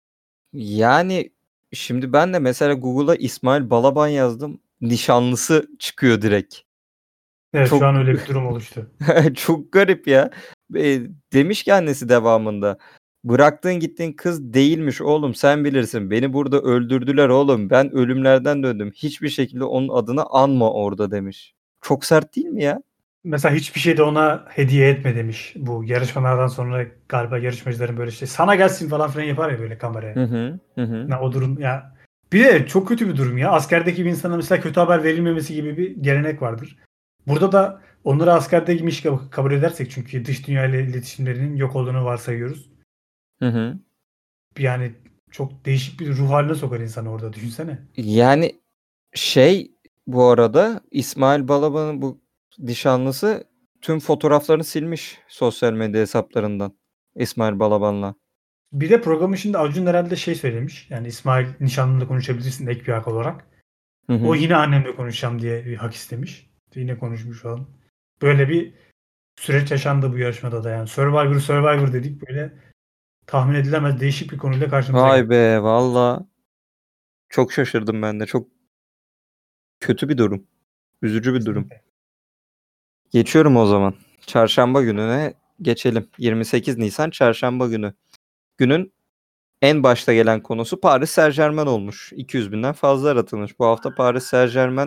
yani şimdi ben de mesela Google'a İsmail Balaban yazdım. Nişanlısı çıkıyor direkt. Evet, şu Çok an öyle bir durum oluştu. çok garip ya. Demiş ki annesi devamında. Bıraktığın gittiğin kız değilmiş oğlum, sen bilirsin. Beni burada öldürdüler oğlum. Ben ölümlerden döndüm. Hiçbir şekilde onun adını anma orada demiş. Çok sert değil mi ya? Mesela hiçbir şey de ona hediye etme demiş. Bu yarışmalardan sonra galiba yarışmacıların böyle işte sana gelsin falan filan yapar ya böyle kameraya. Hı hı. Hı hı. O durum ya. Bir de çok kötü bir durum ya. Askerdeki bir insana mesela kötü haber verilmemesi gibi bir gelenek vardır. Burada da onları askerdeymiş kabul edersek, çünkü dış dünya ile iletişimlerinin yok olduğunu varsayıyoruz. Hı hı. Yani çok değişik bir ruh haline sokar insanı orada, düşünsene. Yani bu arada İsmail Balaban'ın bu nişanlısı tüm fotoğraflarını silmiş sosyal medya hesaplarından. İsmail Balaban'la. Bir de programın içinde Acun herhalde şey söylemiş. Yani İsmail nişanlımla konuşabilirsin ek bir hak olarak. Hı O hı. yine annemle konuşacağım diye bir hak istemiş. Yine konuşmuş falan. Böyle bir süreç yaşandı bu yarışmada da yani. Survivor dedik, böyle tahmin edilemez değişik bir konuyla karşımıza Vay geldi. be valla. Çok şaşırdım ben de. Çok kötü bir durum. Üzücü bir durum. Kesinlikle. Geçiyorum o zaman. Çarşamba gününe geçelim. 28 Nisan Çarşamba günü. Günün en başta gelen konusu Paris Saint-Germain olmuş. 200 binden fazla aratılmış. Bu hafta Paris Saint-Germain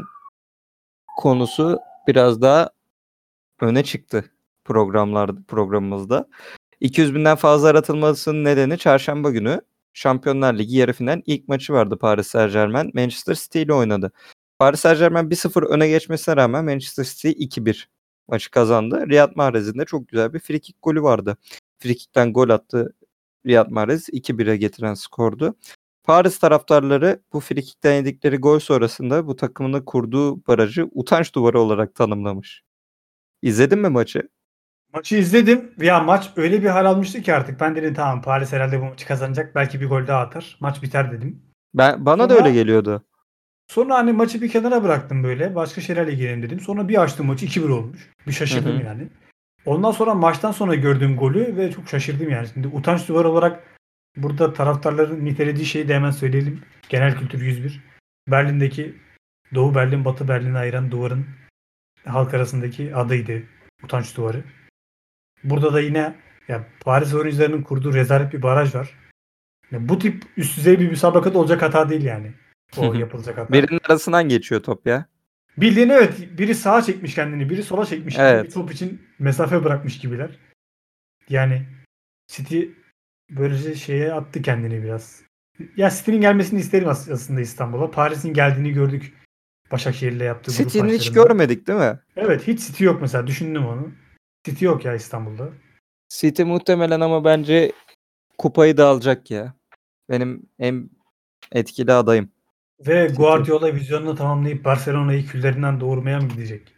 konusu biraz daha öne çıktı programımızda. 200 binden fazla aratılmasının nedeni çarşamba günü Şampiyonlar Ligi yarı final ilk maçı vardı Paris Saint-Germain. Manchester City ile oynadı. Paris Saint-Germain 1-0 öne geçmesine rağmen Manchester City 2-1 maçı kazandı. Riyad Mahrez'in de çok güzel bir frikik golü vardı. Frikikten gol attı Riyad Mahrez, 2-1'e getiren skordu. Paris taraftarları bu frikikten yedikleri gol sonrasında bu takımını kurduğu barajı utanç duvarı olarak tanımlamış. İzledin mi maçı? Maçı izledim. Ya maç öyle bir hal almıştı ki artık. Ben dedim tamam, Paris herhalde bu maçı kazanacak. Belki bir gol daha atar. Maç biter dedim. Bana da öyle Sonra geliyordu. sonra hani maçı bir kenara bıraktım böyle. Başka şeylerle ilgileneyim dedim. Sonra bir açtım maçı, 2-1 olmuş. Bir Hı şaşırdım hı. yani. Ondan sonra maçtan sonra gördüğüm golü ve çok şaşırdım yani. Şimdi utanç duvarı olarak burada taraftarların nitelediği şeyi de hemen söyleyelim. Genel kültür 101. Berlin'deki Doğu Berlin, Batı Berlin'i ayıran duvarın halk arasındaki adıydı. Utanç duvarı. Burada da yine ya Paris oyuncularının kurduğu rezalet bir baraj var. Ya bu tip üst düzey bir müsabakada olacak hata değil yani. O yapılacak hata. Birinin arasından geçiyor top ya. Bildiğin evet, biri sağa çekmiş kendini, biri sola çekmiş gibi bir Evet. top için mesafe bırakmış gibiler. Yani City böylece şeye attı kendini biraz. Ya City'nin gelmesini isterim aslında İstanbul'a. Paris'in geldiğini gördük Başakşehir'le yaptığı grup City'nin hiç maçlarında. görmedik değil mi? Evet, hiç City yok mesela, düşündüm onu. City yok ya İstanbul'da. City muhtemelen ama bence kupayı da alacak ya. Benim en etkili adayım Ve City. Guardiola vizyonunu tamamlayıp Barcelona'yı küllerinden doğurmaya mı gidecek?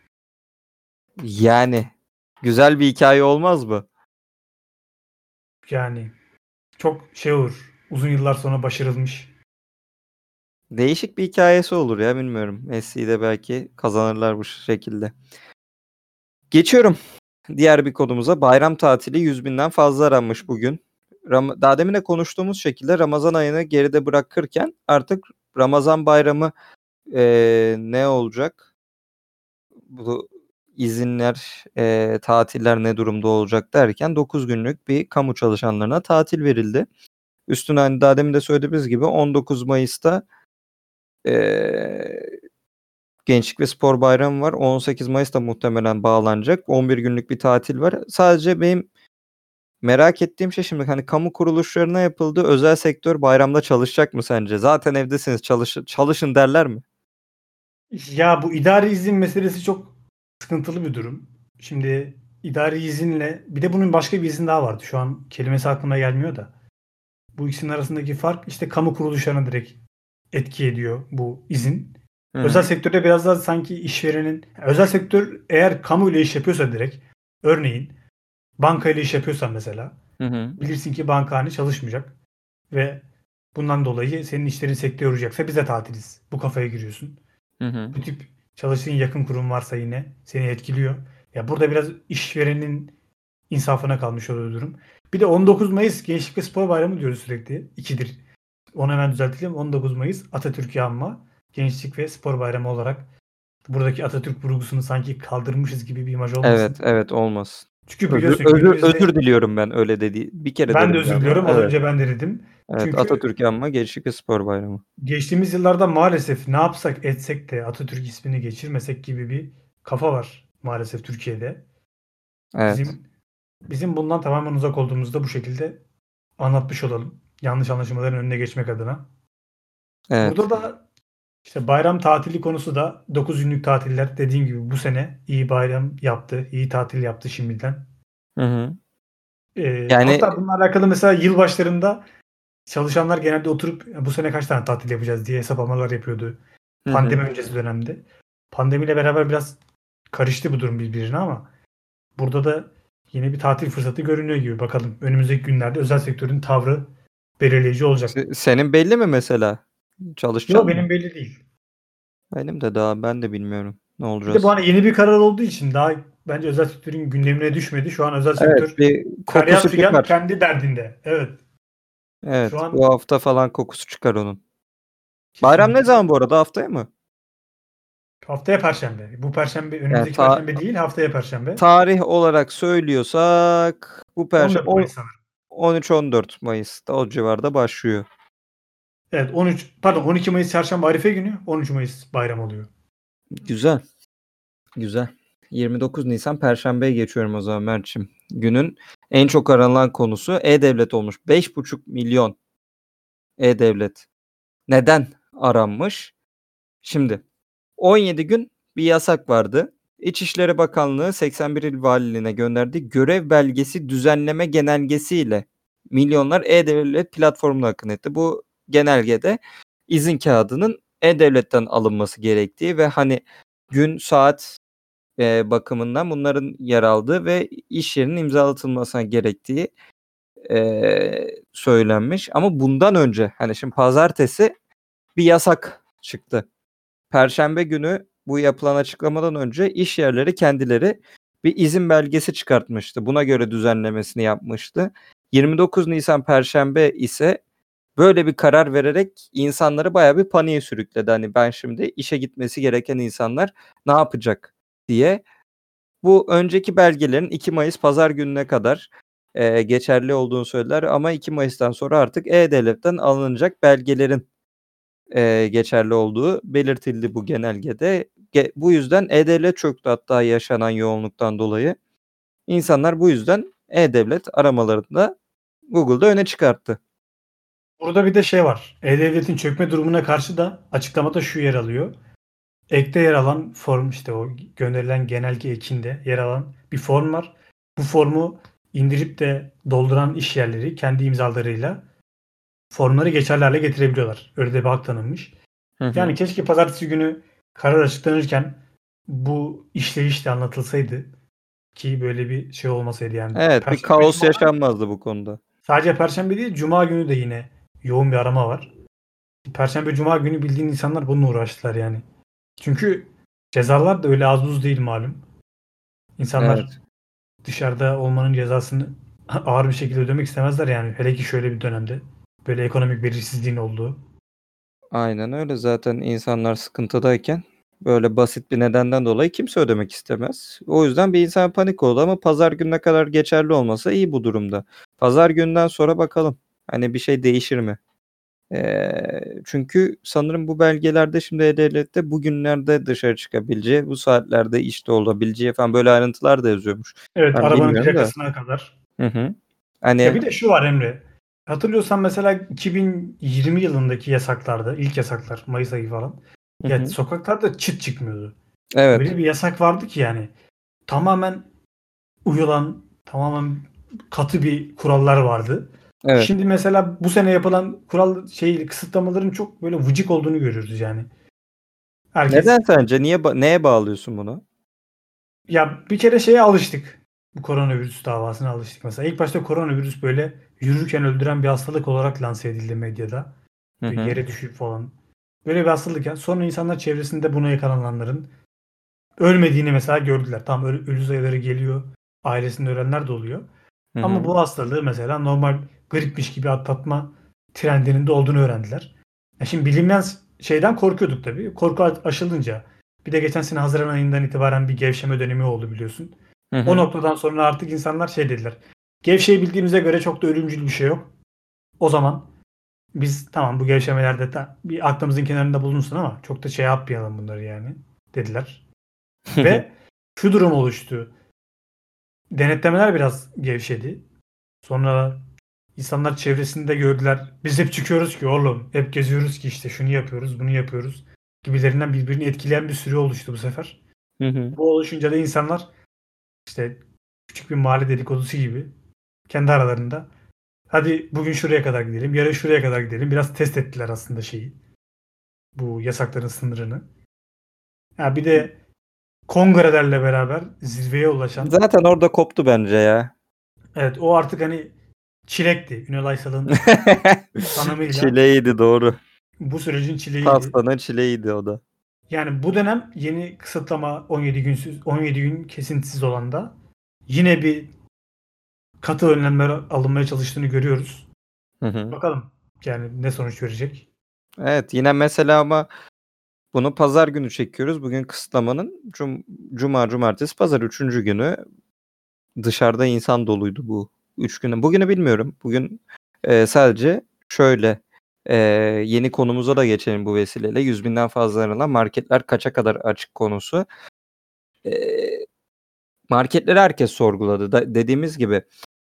Yani güzel bir hikaye olmaz mı? Yani çok şey olur. Uzun yıllar sonra başarılmış. Değişik bir hikayesi olur ya, bilmiyorum. Messi'yi de belki kazanırlar bu şekilde. Geçiyorum diğer bir konumuza. Bayram tatili 100 binden fazla aranmış bugün. Daha demin de konuştuğumuz şekilde Ramazan ayını geride bırakırken artık Ramazan bayramı ne olacak? Bu izinler, tatiller ne durumda olacak derken 9 günlük bir kamu çalışanlarına tatil verildi. Üstüne hani daha demin de söylediğimiz gibi 19 Mayıs'ta Gençlik ve Spor Bayramı var. 18 Mayıs'ta muhtemelen bağlanacak. 11 günlük bir tatil var. Sadece benim merak ettiğim şey şimdi hani kamu kuruluşlarına yapıldı. Özel sektör bayramda çalışacak mı sence? Zaten evdesiniz çalışın derler mi? Ya bu idari izin meselesi çok sıkıntılı bir durum. Şimdi idari izinle bir de bunun başka bir izin daha vardı. Şu an kelimesi aklıma gelmiyor da. Bu ikisinin arasındaki fark işte kamu kuruluşlarına direkt etki ediyor bu izin. Hı hı. Özel sektörde biraz daha sanki işverenin özel sektör eğer kamu ile iş yapıyorsa direkt örneğin banka ile iş yapıyorsan mesela Hı hı. bilirsin ki banka hani çalışmayacak ve bundan dolayı senin işlerin sekteye uğrayacaksa biz de tatiliz. Bu kafaya giriyorsun. Hı hı. Bu tip çalıştığın yakın kurum varsa yine seni etkiliyor. Ya burada biraz işverenin insafına kalmış oluyor durum. Bir de 19 Mayıs Gençlik ve Spor Bayramı diyoruz sürekli. 2'dir. Onu hemen düzeltelim. 19 Mayıs Atatürk'ü anma Gençlik ve Spor Bayramı olarak buradaki Atatürk vurgusunu sanki kaldırmışız gibi bir imaj olmasın. Evet olmasın. Çünkü biliyorsun günümüzde Özür diliyorum ben öyle dedi. Bir kere ben de dedim özür galiba. diliyorum. Az Evet. önce ben de dedim. Evet, Çünkü Atatürk Anma Gençlik ve Spor Bayramı. geçtiğimiz yıllarda maalesef ne yapsak etsek de Atatürk ismini geçirmesek gibi bir kafa var maalesef Türkiye'de. Evet. Bizim bundan tamamen uzak olduğumuzda bu şekilde anlatmış olalım. Yanlış anlaşılmaların önüne geçmek adına. Evet. Burada da işte bayram tatili konusu da 9 günlük tatiller dediğim gibi bu sene iyi bayram yaptı. İyi tatil yaptı şimdiden. Hı hı. Yani Hatta bununla alakalı mesela yılbaşlarında çalışanlar genelde oturup bu sene kaç tane tatil yapacağız diye hesaplamalar yapıyordu. Hı hı. Pandemi öncesi dönemde. Pandemiyle beraber biraz karıştı bu durum birbirine ama burada da yine bir tatil fırsatı görünüyor gibi. Bakalım önümüzdeki günlerde özel sektörün tavrı belirleyici olacak. senin belli mi mesela? Çalışacaksın Yok mı? benim belli değil. Benim de daha ben de bilmiyorum ne Bir de olacağız. bu hani yeni bir karar olduğu için daha bence özel sektörün gündemine düşmedi. Şu an özel sektör Evet, bir feryat kokusu figan çıkar. kendi derdinde. Evet. Evet, Şu an bu hafta falan kokusu çıkar onun. Bayram ne kesinlikle zaman bu arada? Haftaya mı? haftaya Perşembe. Bu Perşembe Yani önümüzdeki Perşembe değil haftaya Perşembe. tarih olarak söylüyorsak bu 14 Mayıs sanırım. 13-14 Mayıs'ta o civarda başlıyor. Evet 12 Mayıs Çarşamba Arife günü 13 Mayıs bayram oluyor. Güzel. Güzel. 29 Nisan Perşembe'ye geçiyorum o zaman Mert'ciğim. Günün en çok aranan konusu E-Devlet olmuş. 5,5 milyon E-Devlet. Neden aranmış? Şimdi 17 gün bir yasak vardı. İçişleri Bakanlığı 81 il valiliğine gönderdiği görev belgesi düzenleme genelgesiyle milyonlar E-Devlet platformuna akın etti. Bu genelgede izin kağıdının E-Devlet'ten alınması gerektiği ve hani gün, saat bakımından bunların yer aldığı ve iş yerinin imzalatılmasına gerektiği söylenmiş. Ama bundan önce hani şimdi pazartesi bir yasak çıktı. Perşembe günü bu yapılan açıklamadan önce iş yerleri kendileri bir izin belgesi çıkartmıştı. Buna göre düzenlemesini yapmıştı. 29 Nisan Perşembe ise böyle bir karar vererek insanları bayağı bir paniğe sürükledi. Hani ben şimdi işe gitmesi gereken insanlar ne yapacak diye. Bu önceki belgelerin 2 Mayıs pazar gününe kadar geçerli olduğunu söylediler ama 2 Mayıs'tan sonra artık E-Devlet'ten alınacak belgelerin geçerli olduğu belirtildi bu genelgede. Bu yüzden E-Devlet çöktü hatta yaşanan yoğunluktan dolayı. İnsanlar bu yüzden E-Devlet aramalarında Google'da öne çıkarttı. Burada bir de şey var. E-Devlet'in çökme durumuna karşı da açıklamada şu yer alıyor. Ekte yer alan form işte o gönderilen genelge ekinde yer alan bir form var. Bu formu indirip de dolduran iş yerleri kendi imzalarıyla formları geçerli hale getirebiliyorlar. Öyle de bir hak tanınmış. Hı hı. Yani keşke pazartesi günü karar açıklanırken bu işleyiş de anlatılsaydı ki böyle bir şey olmasaydı yani. Evet, bir Perşembe, kaos Cuma, yaşanmazdı bu konuda. sadece Perşembe değil Cuma günü de yine yoğun bir arama var. Perşembe, Cuma günü bildiğin insanlar bununla uğraştılar yani. Çünkü cezalar da öyle az buz değil malum. İnsanlar Evet. dışarıda olmanın cezasını ağır bir şekilde ödemek istemezler yani. Hele ki şöyle bir dönemde. Böyle ekonomik belirsizliğin olduğu. Aynen öyle. Zaten insanlar sıkıntıdayken böyle basit bir nedenden dolayı kimse ödemek istemez. O yüzden bir insan panik oldu ama pazar gününe kadar geçerli olmasa iyi bu durumda. Pazar günden sonra bakalım. Hani bir şey değişir mi? Çünkü sanırım bu belgelerde şimdi E-Devlet'te bugünlerde dışarı çıkabileceği, bu saatlerde işte olabileceği falan böyle ayrıntılar da yazıyormuş. Evet, Ben arabanın bilmiyorum da. plakasına kadar. Hı. Ya Hani bir de şu var Emre. Hatırlıyorsan mesela 2020 yılındaki yasaklarda, ilk yasaklar Mayıs ayı falan. hı Ya hı. sokaklarda çıt çıkmıyordu. Evet. Öyle bir yasak vardı ki yani tamamen uyulan, tamamen katı bir kurallar vardı. Evet. Şimdi mesela bu sene yapılan kural kısıtlamaların çok böyle vıcık olduğunu görüyoruz yani. Herkes Neden sence? Neye bağlıyorsun bunu? ya bir kere şeye alıştık. Bu koronavirüs davasına alıştık mesela. İlk başta koronavirüs böyle yürürken öldüren bir hastalık olarak lanse edildi medyada. Hı Böyle hı. yere düşüp falan. Böyle bir hastalık ya. Sonra insanlar çevresinde buna yakalananların ölmediğini mesela gördüler. Tam ölü sayıları geliyor. Ailesinde ölenler de oluyor. Hı Ama hı. bu hastalığı mesela normal gripmiş gibi atlatma trendinin de olduğunu öğrendiler. Şimdi bilinmeyen şeyden korkuyorduk tabii. Korku aşılınca bir de geçen sene Haziran ayından itibaren bir gevşeme dönemi oldu biliyorsun. Hı O hı. noktadan sonra artık insanlar şey dediler. Gevşeyebildiğimize göre çok da ölümcül bir şey yok. O zaman biz tamam bu gevşemelerde bir aklımızın kenarında bulunsun ama çok da şey yapmayalım bunları yani dediler. Ve şu durum oluştu. Denetlemeler biraz gevşedi. Sonra insanlar çevresinde gördüler. Biz hep çıkıyoruz ki oğlum. Hep geziyoruz ki işte şunu yapıyoruz, bunu yapıyoruz. Gibilerinden birbirini etkileyen bir sürü oluştu bu sefer. Hı hı. Bu oluşunca da insanlar işte küçük bir mahalle dedikodusu gibi kendi aralarında hadi bugün şuraya kadar gidelim, yarın şuraya kadar gidelim. Biraz test ettiler aslında şeyi. Bu yasakların sınırını. Ha, bir de kongrelerle beraber zirveye ulaşan Zaten orada koptu bence ya. evet o artık hani çilekti. Ünal Aysal'ın tanımıyla Çileğiydi doğru. bu sürecin çileğiydi. Pastanın çileğiydi o da. Yani bu dönem yeni kısıtlama 17 gün kesintisiz olanda yine bir katı önlemler alınmaya çalıştığını görüyoruz. Hı hı. Bakalım yani ne sonuç verecek. Evet yine mesela ama bunu pazar günü çekiyoruz. Bugün kısıtlamanın cuma, cumartesi, pazar 3. günü. Dışarıda insan doluydu bu 3 günü. Bugünü bilmiyorum. Bugün sadece şöyle yeni konumuza da geçelim bu vesileyle. 100.000'den fazla aranan marketler kaça kadar açık konusu. Marketleri herkes sorguladı. Dediğimiz gibi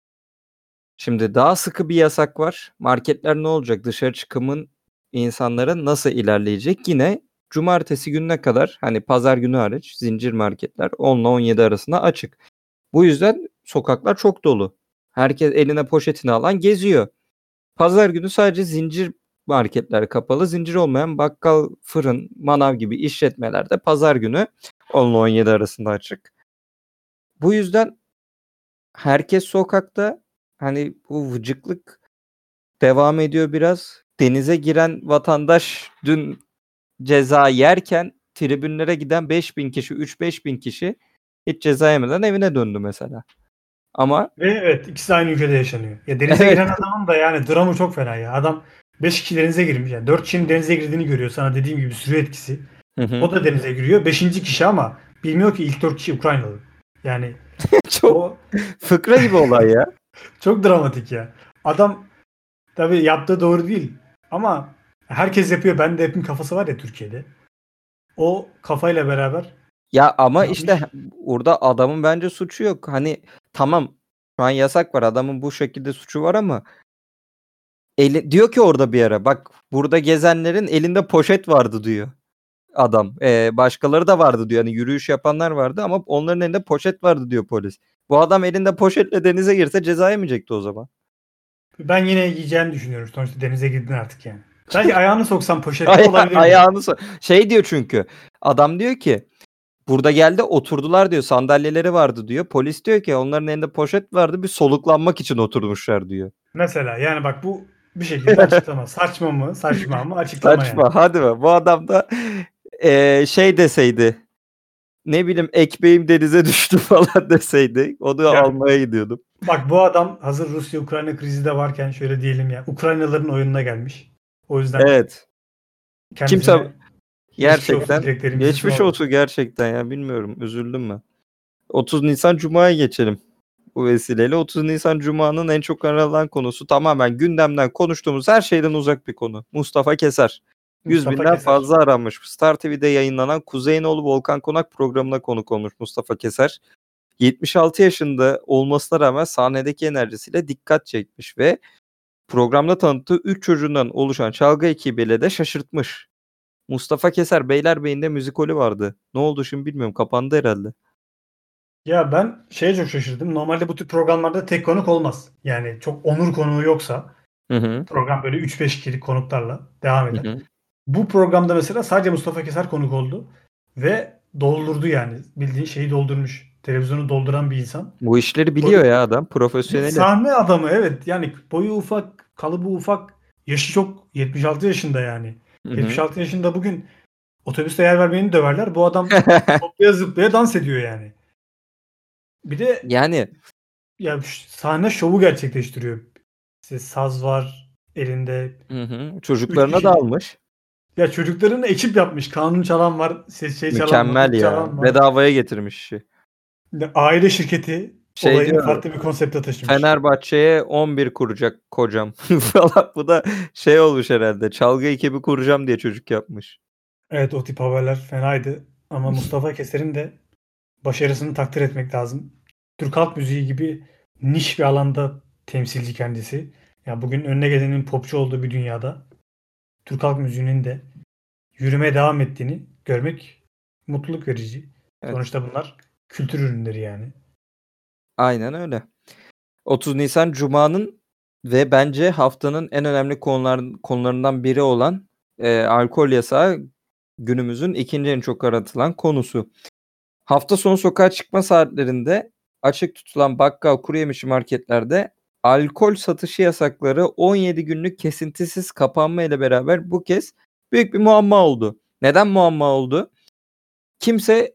şimdi daha sıkı bir yasak var. Marketler ne olacak? Dışarı çıkımın insanların nasıl ilerleyecek? Yine cumartesi gününe kadar hani pazar günü hariç zincir marketler 10 ile 17 arasında açık. Bu yüzden sokaklar çok dolu. Herkes eline poşetini alan geziyor. Pazar günü sadece zincir marketler kapalı. Zincir olmayan bakkal, fırın, manav gibi işletmeler de pazar günü 10 ile 17 arasında açık. Bu yüzden herkes sokakta. Hani bu vıcıklık devam ediyor biraz. Denize giren vatandaş dün ceza yerken tribünlere giden 5.000 kişi, 3-5 bin kişi hiç ceza yemeden evine döndü mesela. Ama Ve evet ikisi aynı ülkede yaşanıyor. Ya denize evet. giren adamın da yani dramı çok fena ya. Adam 5 kişi denize girmiş. Yani 4 kişinin denize girdiğini görüyor. Sana dediğim gibi sürü etkisi. Hı hı. O da denize giriyor. Beşinci kişi ama bilmiyor ki ilk 4 kişi Ukraynalı. Yani Çok o fıkra gibi olay ya. çok dramatik ya. Adam tabii yaptığı doğru değil. Ama herkes yapıyor. Ben de yapayım kafası var ya Türkiye'de. O kafayla beraber Ya ama işte yapmış. orada adamın bence suçu yok. Hani tamam şu an yasak var. Adamın bu şekilde suçu var ama diyor ki orada bir ara bak burada gezenlerin elinde poşet vardı diyor adam. Başkaları da vardı diyor. Hani yürüyüş yapanlar vardı ama onların elinde poşet vardı diyor polis. Bu adam elinde poşetle denize girse ceza yemeyecekti o zaman. Ben yine yiyeceğini düşünüyorum. Sonuçta denize girdin artık yani. Belki ayağını soksan poşete olabilir diyor. Ayağını şey diyor çünkü. Adam diyor ki burada geldi oturdular diyor. Sandalyeleri vardı diyor. Polis diyor ki onların elinde poşet vardı bir soluklanmak için oturmuşlar diyor. Mesela yani bak bu bir şekilde açıklama. Saçma mı? Saçma mı? Açıklama yani. Saçma hadi be. Bu adam da şey deseydi ne bileyim ekmeğim denize düştü falan deseydi onu Ya almaya gidiyordum. bak bu adam hazır Rusya-Ukrayna krizi de varken şöyle diyelim ya. Ukraynalıların oyununa gelmiş. O yüzden Evet. Kimse kendisine geçmiş olsun gerçekten dileklerimizi geçmiş sunalım. olsun gerçekten ya bilmiyorum üzüldüm ben. 30 Nisan Cuma'ya geçelim. Bu vesileyle 30 Nisan Cuma'nın en çok aranan konusu tamamen gündemden konuştuğumuz her şeyden uzak bir konu. Mustafa Keser. 100 Mustafa binden Keser. fazla aranmış. Star TV'de yayınlanan Kuzeyinoğlu Volkan Konak programına konuk olmuş Mustafa Keser. 76 yaşında olmasına rağmen sahnedeki enerjisiyle dikkat çekmiş ve programda tanıttığı 3 çocuğundan oluşan çalgı ekibiyle de şaşırtmış. Mustafa Keser Beylerbeyi'nde müzikolü vardı. Ne oldu şimdi bilmiyorum. Kapandı herhalde. Ya ben şeye çok şaşırdım. Normalde bu tür programlarda tek konuk olmaz. Yani çok onur konuğu yoksa Hı hı. program böyle 3-5 kişilik konuklarla devam Hı eder. hı. Bu programda mesela sadece Mustafa Keser konuk oldu ve doldurdu yani. Bildiğin şeyi doldurmuş. Televizyonu dolduran bir insan. Bu işleri biliyor ya adam. Profesyoneli. Sahne adamı, evet. Yani boyu ufak, kalıbı ufak, yaşı çok, 76 yaşında yani. Hı hı. 76 yaşında bugün otobüste yer vermeyeni döverler. Bu adam hoplaya zıplaya dans ediyor yani. Bir de Yani ya sahne şovu gerçekleştiriyor. İşte saz var elinde. hı hı. 3 Çocuklarına da kişilik. almış. Ya çocukların ekip yapmış. Kanun çalan var, şey çalan var, Mükemmel ut ya. çalan var. Bedavaya getirmiş işi. Aile şirketi Şey olayını diyor, farklı bir konsepte taşımış. Fenerbahçe'ye 11 kuracak kocam falan. Bu da şey olmuş herhalde. Çalgı ekibi kuracağım diye çocuk yapmış. Evet, o tip haberler fenaydı. Ama Mustafa Keser'in de başarısını takdir etmek lazım. Türk halk müziği gibi niş bir alanda temsilci kendisi. Ya bugün önüne gelenin popçu olduğu bir dünyada Türk halk müziğinin de yürümeye devam ettiğini görmek mutluluk verici. Evet. Sonuçta bunlar kültür ürünleri yani. Aynen öyle. 30 Nisan Cuma'nın ve bence haftanın en önemli konularından biri olan alkol yasağı günümüzün ikinci en çok aratılan konusu. Hafta sonu sokağa çıkma saatlerinde açık tutulan bakkal, kuruyemişi marketlerde alkol satışı yasakları 17 günlük kesintisiz kapanma ile beraber bu kez büyük bir muamma oldu. Neden muamma oldu? Kimse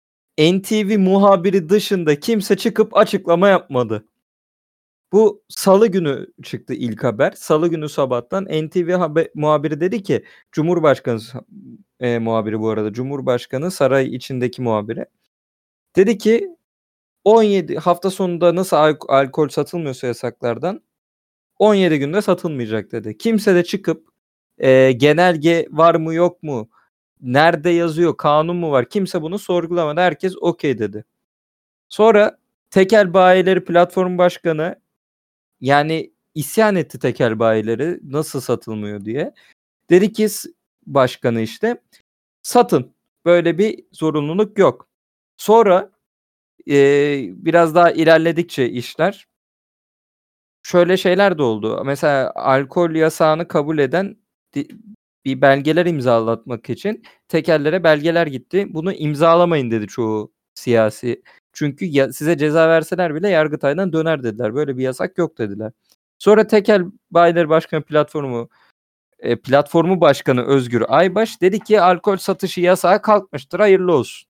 NTV muhabiri dışında kimse çıkıp açıklama yapmadı. Bu salı günü çıktı ilk haber. Salı günü sabahtan NTV muhabiri dedi ki Cumhurbaşkanı muhabiri bu arada Cumhurbaşkanı saray içindeki muhabiri. Dedi ki 17 hafta sonunda nasıl alkol satılmıyorsa yasaklardan 17 günde satılmayacak dedi. Kimse de çıkıp genelge var mı yok mu? Nerede yazıyor? Kanun mu var? Kimse bunu sorgulamadı. Herkes okey dedi. Sonra Tekel Bayileri Platformu Başkanı yani isyan etti tekel bayileri nasıl satılmıyor diye. Dedi ki başkanı işte satın. Böyle bir zorunluluk yok. Sonra biraz daha ilerledikçe işler şöyle şeyler de oldu. Mesela alkol yasağını kabul eden bir belgeler imzalatmak için tekellere belgeler gitti. Bunu imzalamayın dedi çoğu siyasi. Çünkü size ceza verseler bile Yargıtay'dan döner dediler. Böyle bir yasak yok dediler. Sonra Tekel Bayileri Başkanı Platformu Başkanı Özgür Aybaş dedi ki alkol satışı yasağı kalkmıştır. Hayırlı olsun.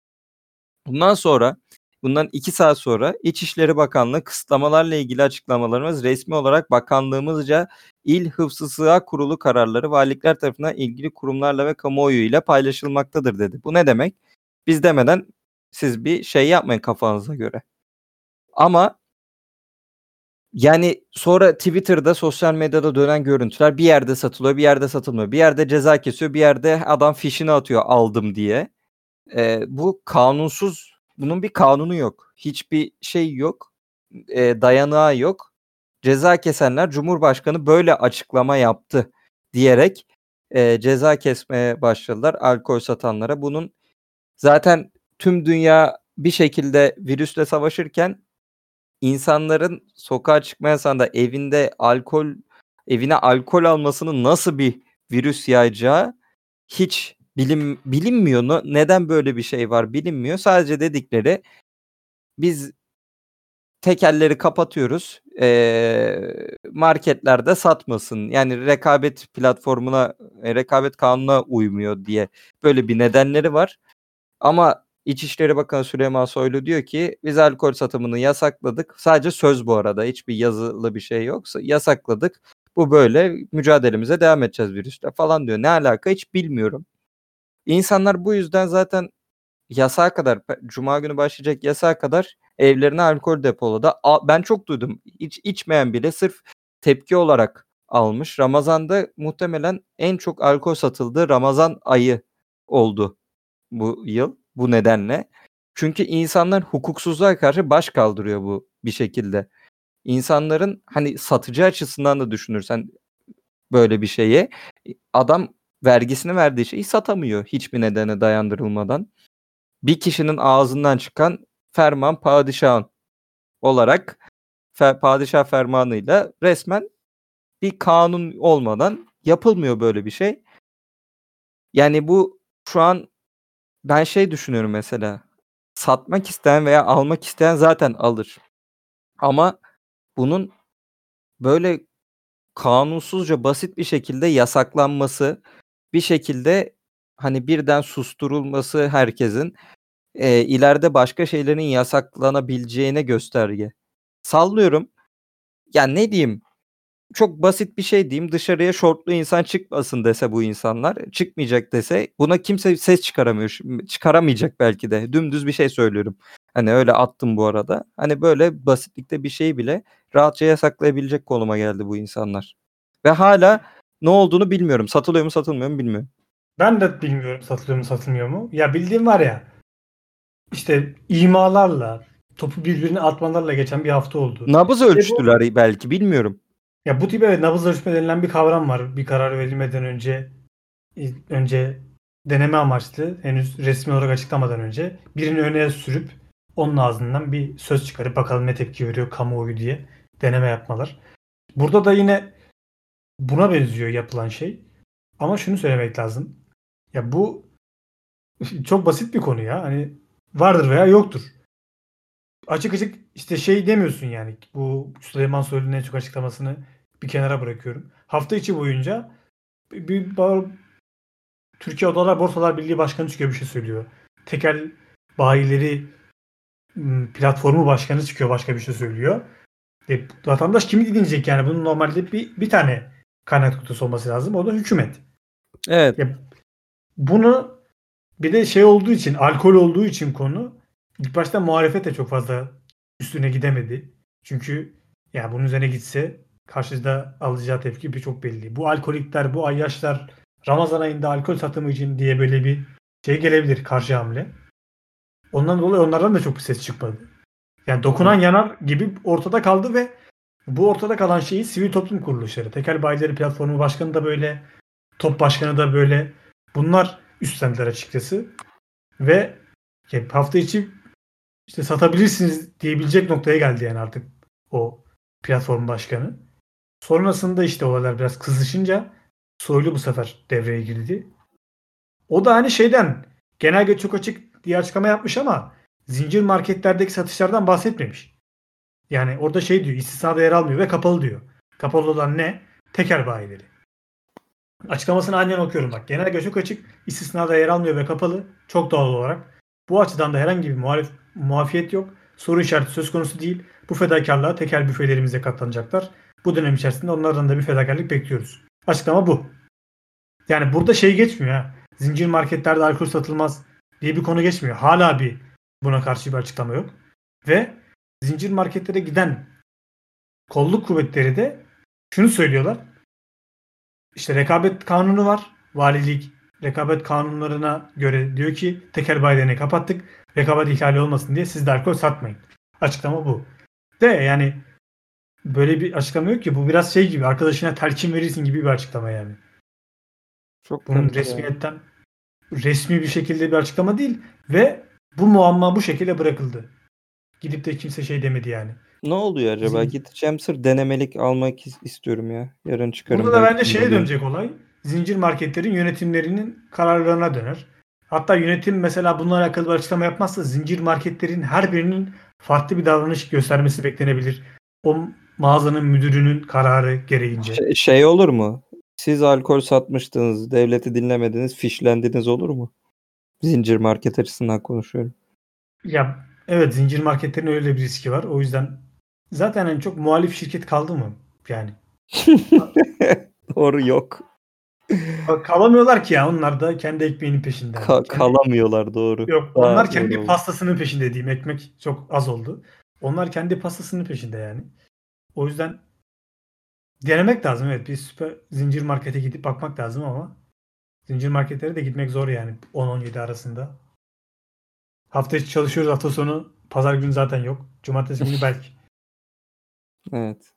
Bundan 2 saat sonra İçişleri Bakanlığı kısıtlamalarla ilgili açıklamalarımız resmi olarak bakanlığımızca İl Hıfzı Sığa Kurulu kararları valilikler tarafından ilgili kurumlarla ve kamuoyu ile paylaşılmaktadır dedi. Bu ne demek? Biz demeden siz bir şey yapmayın kafanıza göre. Ama yani sonra Twitter'da, sosyal medyada dönen görüntüler bir yerde satılıyor, bir yerde satılmıyor. Bir yerde ceza kesiyor, bir yerde adam fişini atıyor aldım diye. Bu kanunsuz. Bunun bir kanunu yok. Hiçbir şey yok. Dayanağı yok. Ceza kesenler Cumhurbaşkanı böyle açıklama yaptı diyerek ceza kesmeye başladılar alkol satanlara. Bunun zaten tüm dünya bir şekilde virüsle savaşırken insanların sokağa çıkma yasağında evine alkol almasının nasıl bir virüs yayacağı hiç bilinmiyor. Neden böyle bir şey var bilinmiyor. Sadece dedikleri biz tekelleri kapatıyoruz. Marketlerde satmasın. Yani rekabet kanununa uymuyor diye böyle bir nedenleri var. Ama İçişleri Bakanı Süleyman Soylu diyor ki biz alkol satımını yasakladık. Sadece söz bu arada. Hiçbir yazılı bir şey yoksa yasakladık. Bu böyle mücadelemize devam edeceğiz virüsle falan diyor. Ne alaka hiç bilmiyorum. İnsanlar bu yüzden zaten Cuma günü başlayacak yasağa kadar evlerine alkol depoladı. Ben çok duydum. Hiç içmeyen bile sırf tepki olarak almış. Ramazan'da muhtemelen en çok alkol satıldığı Ramazan ayı oldu bu yıl bu nedenle. Çünkü insanlar hukuksuzluğa karşı baş kaldırıyor bu bir şekilde. İnsanların hani satıcı açısından da düşünürsen böyle bir şeye adam vergisini verdiği şeyi satamıyor hiçbir nedene dayandırılmadan. Bir kişinin ağzından çıkan ferman padişahın olarak padişah fermanıyla resmen bir kanun olmadan yapılmıyor böyle bir şey. Yani bu şu an ben şey düşünüyorum mesela. Satmak isteyen veya almak isteyen zaten alır. Ama bunun böyle kanunsuzca basit bir şekilde yasaklanması, bir şekilde hani birden susturulması herkesin ileride başka şeylerin yasaklanabileceğine gösterge. Sallıyorum. Ya ne diyeyim? Çok basit bir şey diyeyim. Dışarıya şortlu insan çıkmasın dese bu insanlar. Çıkmayacak dese buna kimse ses çıkaramıyor. Çıkaramayacak belki de. Dümdüz bir şey söylüyorum. Hani öyle attım bu arada. Hani böyle basitlikte bir şeyi bile rahatça yasaklayabilecek konuma geldi bu insanlar. Ve hala ne olduğunu bilmiyorum. Satılıyor mu satılmıyor mu bilmiyorum. Ben de bilmiyorum satılıyor mu satılmıyor mu. Ya bildiğim var ya, işte imalarla, topu birbirine atmalarla geçen bir hafta oldu. Nabız Ve bu, ölçtüler belki bilmiyorum. ya bu tip evet, nabız ölçme denilen bir kavram var. Bir karar verilmeden önce deneme amaçlı, henüz resmi olarak açıklamadan önce birini öne sürüp onun ağzından bir söz çıkarıp bakalım ne tepki veriyor kamuoyu diye deneme yapmalar. Burada da yine buna benziyor yapılan şey. Ama şunu söylemek lazım. Ya bu çok basit bir konu ya. Hani vardır veya yoktur. Açık açık işte şey demiyorsun yani. Bu Süleyman Soylu'nun en çok açıklamasını bir kenara bırakıyorum. Hafta içi boyunca Türkiye Odalar Borsalar Birliği Başkanı çıkıyor, bir şey söylüyor. Tekel bayileri platformu başkanı çıkıyor, başka bir şey söylüyor. Vatandaş kimi dinleyecek yani? Bunun normalde bir tane kaynak kutusu olması lazım. O da hükümet. Evet. Ya bunu bir de şey olduğu için, alkol olduğu için konu, ilk başta muhalefet de çok fazla üstüne gidemedi. Çünkü ya bunun üzerine gitse karşıda alacağı tepki çok belli. Bu alkolikler, bu ayyaşlar Ramazan ayında alkol satımı için diye böyle bir şey gelebilir, karşı hamle. Ondan dolayı onlardan da çok bir ses çıkmadı. Yani dokunan yanar gibi ortada kaldı ve bu ortada kalan şeyi sivil toplum kuruluşları, Tekel Bayileri Platformu Başkanı da böyle, Top Başkanı da böyle, bunlar üstlendiler açıkçası. Ve hafta içi işte satabilirsiniz diyebilecek noktaya geldi yani artık o platform başkanı. Sonrasında işte olaylar biraz kızışınca Soylu bu sefer devreye girdi. O da hani şeyden, genelge çok açık diye açıklama yapmış ama zincir marketlerdeki satışlardan bahsetmemiş. Yani orada şey diyor, istisnada yer almıyor ve kapalı diyor. Kapalı olan ne? Tekel bayileri. Açıklamasını aynen okuyorum bak. Genelge çok açık, istisnada yer almıyor ve kapalı. Çok doğal olarak. Bu açıdan da herhangi bir muafiyet yok. Soru işareti söz konusu değil. Bu fedakarlığa tekel büfelerimize katlanacaklar. Bu dönem içerisinde onlardan da bir fedakarlık bekliyoruz. Açıklama bu. Yani burada şey geçmiyor ha. Zincir marketlerde alkol satılmaz diye bir konu geçmiyor. Hala bir buna karşı bir açıklama yok. Ve zincir marketlere giden kolluk kuvvetleri de şunu söylüyorlar. İşte rekabet kanunu var. Valilik rekabet kanunlarına göre diyor ki tekel bayilerini kapattık. Rekabet ihlali olmasın diye siz de alkol satmayın. Açıklama bu. De yani böyle bir açıklama yok ki. Bu biraz şey gibi, arkadaşına telkin verirsin gibi bir açıklama yani. Çok Bunun kötü ya. resmiyetten resmi bir şekilde bir açıklama değil ve bu muamma bu şekilde bırakıldı. Gidip de kimse şey demedi yani. Ne oluyor acaba? Gideceğim sırf denemelik almak istiyorum ya. Yarın çıkarım. Burada da belki bence şeye oluyor. dönecek olay. Zincir marketlerin yönetimlerinin kararlarına döner. Hatta yönetim mesela bununla alakalı bir açıklama yapmazsa zincir marketlerin her birinin farklı bir davranış göstermesi beklenebilir. O mağazanın müdürünün kararı gereğince. Şey olur mu? Siz alkol satmıştınız, devleti dinlemediniz, fişlendiniz olur mu? Zincir market açısından konuşuyorum. Ya evet, zincir marketlerin öyle bir riski var. O yüzden zaten en çok muhalif şirket kaldı mı? Yani Doğru yok. Kalamıyorlar ki ya, onlar da kendi ekmeğinin peşinde. Kalamıyorlar, doğru. Yok, Daha onlar doğru kendi oldu. pastasının peşinde diyeyim. Ekmek çok az oldu. Onlar kendi pastasının peşinde yani. O yüzden denemek lazım, evet. Bir süper zincir markete gidip bakmak lazım ama zincir marketlere de gitmek zor yani 10-17 arasında. Hafta içi çalışıyoruz, hafta sonu pazar günü zaten yok. Cumartesi günü belki. Evet.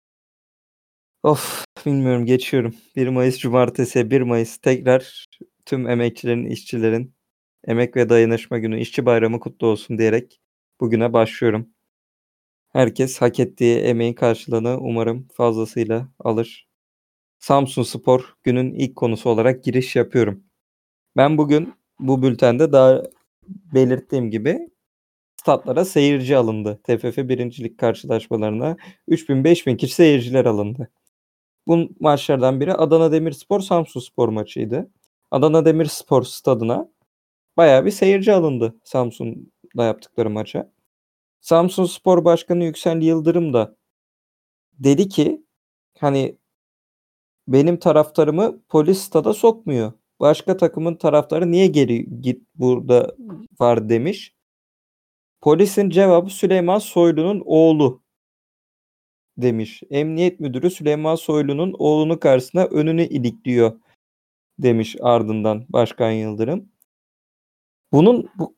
Of, bilmiyorum, geçiyorum. 1 Mayıs Cumartesi, 1 Mayıs tekrar tüm emekçilerin, işçilerin Emek ve Dayanışma Günü, İşçi Bayramı kutlu olsun diyerek bugüne başlıyorum. Herkes hak ettiği emeğin karşılığını umarım fazlasıyla alır. Samsunspor günün ilk konusu olarak giriş yapıyorum. Ben bugün bu bültende daha belirttiğim gibi statlara seyirci alındı. TFF 1. Lig karşılaşmalarına 3000-5000 kişi seyirciler alındı. Bu maçlardan biri Adana Demirspor Samsunspor maçıydı. Adana Demirspor stadına bayağı bir seyirci alındı Samsun'da yaptıkları maça. Samsunspor Başkanı Yüksel Yıldırım da dedi ki hani benim taraftarımı polis stada sokmuyor. Başka takımın taraftarı niye geri git burada var demiş. Polisin cevabı Süleyman Soylu'nun oğlu demiş. Emniyet Müdürü Süleyman Soylu'nun oğlunun karşısına önünü ilikliyor demiş ardından Başkan Yıldırım. Bunun bu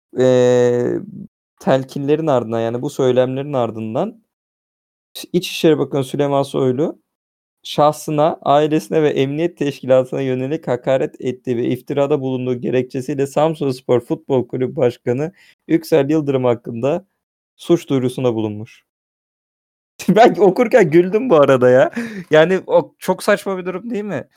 telkinlerin ardından, yani bu söylemlerin ardından İçişleri Bakanı Süleyman Soylu şahsına, ailesine ve emniyet teşkilatına yönelik hakaret ettiği ve iftirada bulunduğu gerekçesiyle Samsunspor Futbol Kulübü Başkanı Yüksel Yıldırım hakkında suç duyurusunda bulunmuş. Ben okurken güldüm bu arada ya. Yani o çok saçma bir durum değil mi?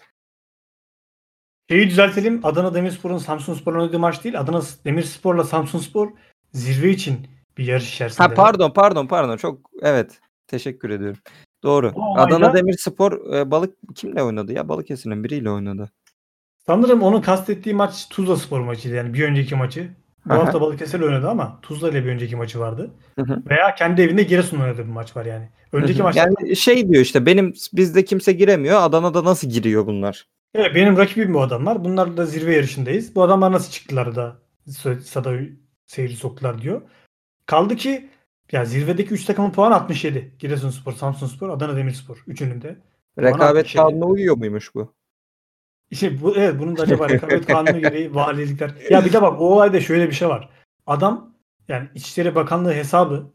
Şeyi düzeltelim. Adana Demirspor'un Samsunspor'un oynadığı maç değil. Adana Demirspor'la Samsunspor zirve için bir yarış içerisindeler. Pardon. Çok, evet. Teşekkür ediyorum. Doğru. O Adana olayda Demirspor kimle oynadı ya? Balıkesir'in biriyle oynadı. sanırım onun kastettiği maç Tuzlaspor maçıydı, yani bir önceki maçı. Bu Hı hı. hafta Balıkesir'le oynadı ama Tuzla ile bir önceki maçı vardı. Hı hı. Veya kendi evinde Giresun'la oynadığı bir maç var yani. Önceki maçlarda Yani şey diyor işte, bizde kimse giremiyor. Adana'da nasıl giriyor bunlar? evet, benim rakibim bu adamlar. Bunlar da zirve yarışındayız. Bu adamlar nasıl çıktılar da stada seyirci soktular diyor. Kaldı ki ya zirvedeki 3 takımın puanı 67. Giresunspor, Samsunspor, Adana Demirspor. Üçünün de puanı Rekabet 67. kanununa uyuyor muymuş bu? İşte bu, evet, bunun da acaba rekabet kanunu gereği valilikler. Ya bir de bak, o olayda şöyle bir şey var. Adam, yani İçişleri Bakanlığı hesabı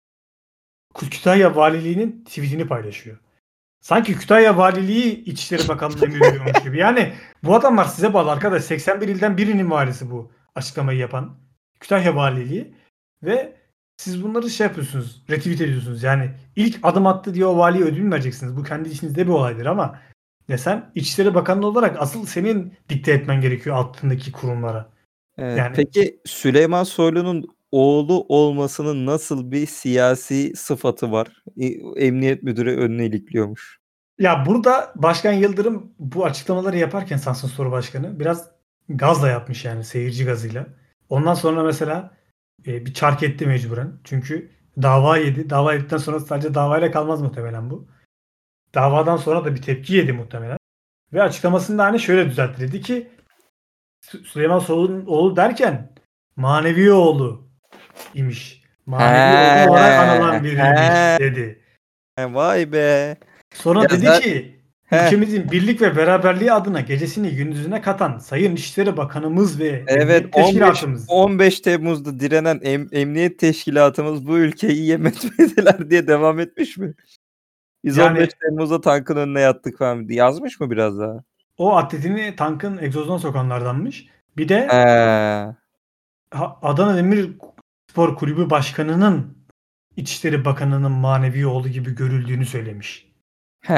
Kütahya Valiliği'nin tweetini paylaşıyor. Sanki Kütahya Valiliği İçişleri Bakanlığı'na emir veriyormuş gibi. Yani bu adamlar size bağlı arkadaş. 81 ilden birinin valisi bu açıklamayı yapan. Kütahya Valiliği. Ve siz bunları şey yapıyorsunuz. Retweet ediyorsunuz. Yani ilk adım attı diye o valiye ödül mü vereceksiniz? Bu kendi içinizde bir olaydır ama ya sen İçişleri Bakanlığı olarak asıl senin dikte etmen gerekiyor altındaki kurumlara. Evet. Yani Peki Süleyman Soylu'nun oğlu olmasının nasıl bir siyasi sıfatı var? Emniyet müdürü önüne ilikliyormuş. ya burada Başkan Yıldırım bu açıklamaları yaparken, Samsunspor Başkanı biraz gazla yapmış, yani seyirci gazıyla. Ondan sonra mesela bir çark etti mecburen. Çünkü dava yedi. Dava yedikten sonra sadece davayla kalmaz muhtemelen bu. Davadan sonra da bir tepki yedi muhtemelen. Ve açıklamasında hani şöyle düzeltti. Dedi ki Süleyman Soylu'nun oğlu derken manevi oğlu imiş. Manevi oğlu olarak anılan biriymiş dedi. Vay be. Sonra Ya dedi ki He. ülkemizin birlik ve beraberliği adına gecesini gündüzüne katan Sayın İçişleri Bakanımız ve Evet, Emniyet Teşkilatımız. 15 Temmuz'da direnen emniyet teşkilatımız bu ülkeyi yem etmediler diye devam etmiş mi? Biz Yani 15 Temmuz'da tankın önüne yattık falan yazmış mı biraz daha? o atletini tankın egzozuna sokanlardanmış. Bir de He. Adana Demirspor Kulübü Başkanı'nın İçişleri Bakanı'nın manevi oğlu gibi görüldüğünü söylemiş. He,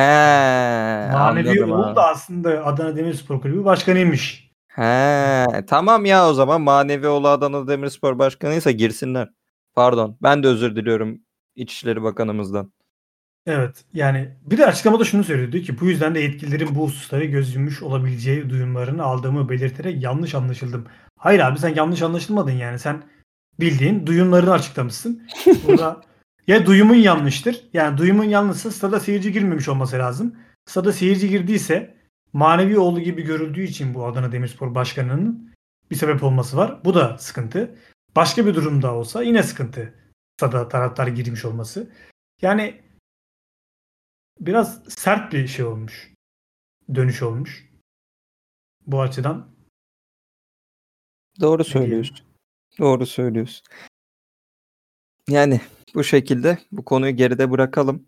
Manevi anladım oğlu abi. da aslında Adana Demirspor Kulübü Başkanıymış. He, tamam ya, o zaman manevi oğlu Adana Demirspor Başkanıysa girsinler. Pardon, ben de özür diliyorum İçişleri Bakanımızdan. Evet, yani bir de açıklamada şunu söylüyor. Diyor ki bu yüzden de yetkililerin bu hususlara göz yummuş olabileceği duyumlarını aldığımı belirterek yanlış anlaşıldım. Hayır abi, sen yanlış anlaşılmadın yani. Sen bildiğin duyumlarını açıklamışsın. Burada ya duyumun yanlıştır. Yani duyumun yanlışsa stada seyirci girmemiş olması lazım. Stada seyirci girdiyse manevi oğlu gibi görüldüğü için bu Adana Demirspor Başkanı'nın bir sebep olması var. Bu da sıkıntı. Başka bir durumda olsa yine sıkıntı. Sada taraftar girmiş olması. Yani biraz sert bir şey olmuş. Dönüş olmuş. Bu açıdan Doğru ne diyelim? söylüyorsun. Doğru söylüyorsun. Yani bu şekilde bu konuyu geride bırakalım.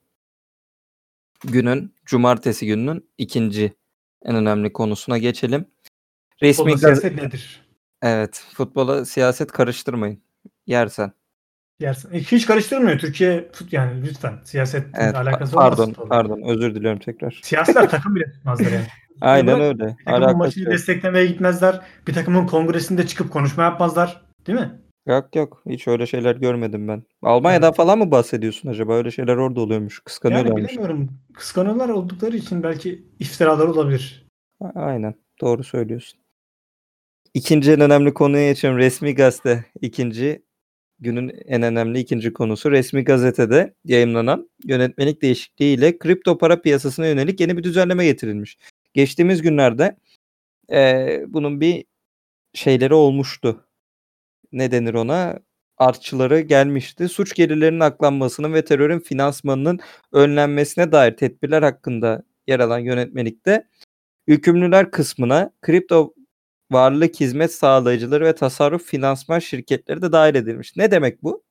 Cumartesi gününün ikinci en önemli konusuna geçelim. Futbolda siyaset nedir? Evet, futbola siyaset karıştırmayın. Yersen. Hiç karıştırmıyor. Türkiye yani lütfen. Siyasetle Evet, alakası olmaz pardon, futbolda. pardon. Özür diliyorum tekrar. Siyasiler takım bile tutmazlar yani. Futbolu Aynen bırak. öyle. Bir takımın Alakası maçını yok. desteklemeye gitmezler. Bir takımın kongresinde çıkıp konuşma yapmazlar. Değil mi? Yok. Hiç öyle şeyler görmedim ben. Almanya'dan Evet. falan mı bahsediyorsun acaba? Öyle şeyler orada oluyormuş. Yani Kıskanıyorlarmış. bilemiyorum. Kıskanıyorlar oldukları için belki iftiralar olabilir. Aynen. Doğru söylüyorsun. İkinci en önemli konuya geçiyorum. Resmi gazete. Günün en önemli ikinci konusu. Resmi gazetede yayımlanan yönetmelik değişikliğiyle kripto para piyasasına yönelik yeni bir düzenleme getirilmiş. Geçtiğimiz günlerde bunun bir şeyleri olmuştu. Ne denir ona? Artçıları gelmişti. Suç gelirlerinin aklanmasının ve terörün finansmanının önlenmesine dair tedbirler hakkında yer alan yönetmelikte yükümlüler kısmına kripto varlık hizmet sağlayıcıları ve tasarruf finansman şirketleri de dahil edilmiş. Ne demek bu?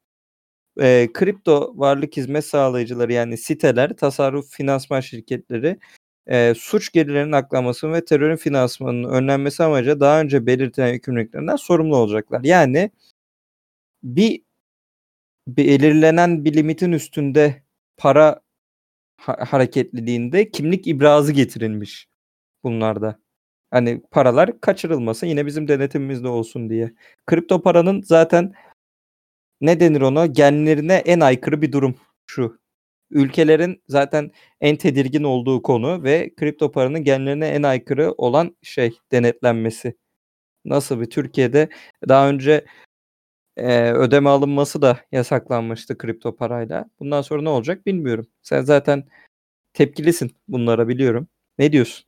Kripto varlık hizmet sağlayıcıları yani siteler, tasarruf finansman şirketleri suç gelirlerinin aklanması ve terörün finansmanının önlenmesi amacıyla daha önce belirtilen yükümlülüklerinden sorumlu olacaklar. Yani bir belirlenen bir limitin üstünde para hareketliliğinde kimlik ibrazı getirilmiş bunlarda. Hani paralar kaçırılmasın yine bizim denetimimizde olsun diye. Kripto paranın zaten ne denir ona? Genlerine en aykırı bir durum şu. Ülkelerin zaten en tedirgin olduğu konu ve kripto paranın genlerine en aykırı olan şey denetlenmesi. Nasıl bir Türkiye'de daha önce ödeme alınması da yasaklanmıştı kripto parayla. Bundan sonra ne olacak bilmiyorum. Sen zaten tepkilisin bunlara biliyorum. Ne diyorsun?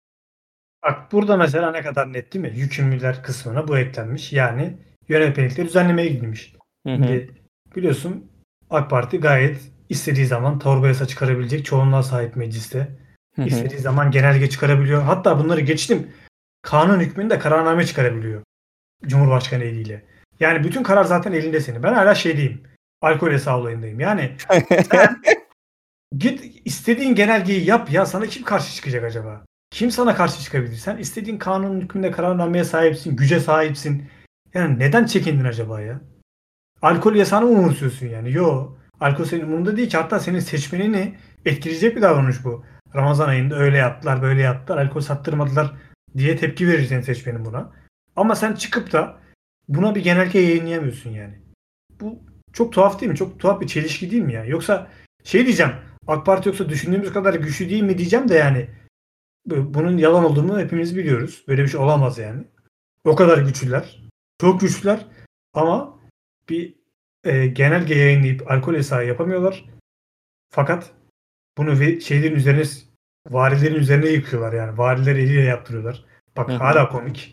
Bak burada mesela ne kadar net değil mi? Yükümlüler kısmına bu eklenmiş. Yani yönetmelikte düzenlemeye gidilmiş. Hı hı. Şimdi biliyorsun AK Parti gayet istediği zaman torba yasa çıkarabilecek çoğunluğa sahip mecliste. Hı hı. İstediği zaman genelge çıkarabiliyor. Hatta bunları geçtim. Kanun hükmünde kararname çıkarabiliyor. Cumhurbaşkanı eliyle. Yani bütün karar zaten elinde senin. Ben hala şeydeyim. Alkol yasağı olayındayım. Yani sen git istediğin genelgeyi yap ya. Sana kim karşı çıkacak acaba? Kim sana karşı çıkabilir? Sen istediğin kanun hükmünde kararnameye sahipsin. Güce sahipsin. Yani neden çekindin acaba ya? Alkol yasağını mı umursuyorsun yani? Yo. Alkol senin umurunda değil ki. Hatta senin seçmenini etkileyecek bir davranış bu. Ramazan ayında öyle yaptılar, böyle yaptılar. Alkol sattırmadılar diye tepki verir senin seçmenin buna. Ama sen çıkıp da buna bir genelge yayınlayamıyorsun yani. Bu çok tuhaf değil mi? Çok tuhaf bir çelişki değil mi ya? Yoksa şey diyeceğim. AK Parti yoksa düşündüğümüz kadar güçlü değil mi diyeceğim de yani bunun yalan olduğunu hepimiz biliyoruz. Böyle bir şey olamaz yani. O kadar güçlüler. Çok güçlüler ama bir genelge yayınlayıp alkol yasağı yapamıyorlar. Fakat bunu şeylerin üzerine varilerin üzerine yıkıyorlar yani. Variler eliyle yaptırıyorlar. Bak Hı hı. hala komik.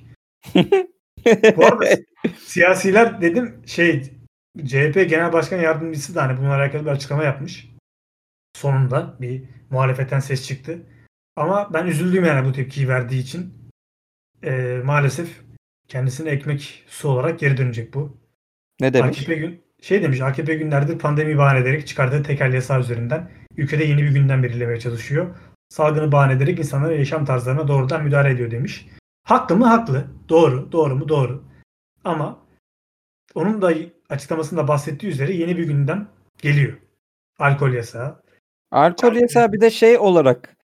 Bu arada siyasiler dedim CHP Genel Başkan Yardımcısı da hani bununla alakalı bir açıklama yapmış. Sonunda bir muhalefetten ses çıktı. Ama ben üzüldüm yani bu tepkiyi verdiği için. Maalesef kendisine ekmek su olarak geri dönecek bu. Ne demiş? AKP günlerdir pandemi bahane ederek çıkardığı tekel yasağı üzerinden ülkede yeni bir gündem belirlemeye çalışıyor. Salgını bahane ederek insanların yaşam tarzlarına doğrudan müdahale ediyor demiş. Haklı mı? Haklı. Doğru. Doğru mu? Doğru. Ama onun da açıklamasında bahsettiği üzere yeni bir gündem geliyor. Alkol yasağı. Alkol yasağı bir de şey olarak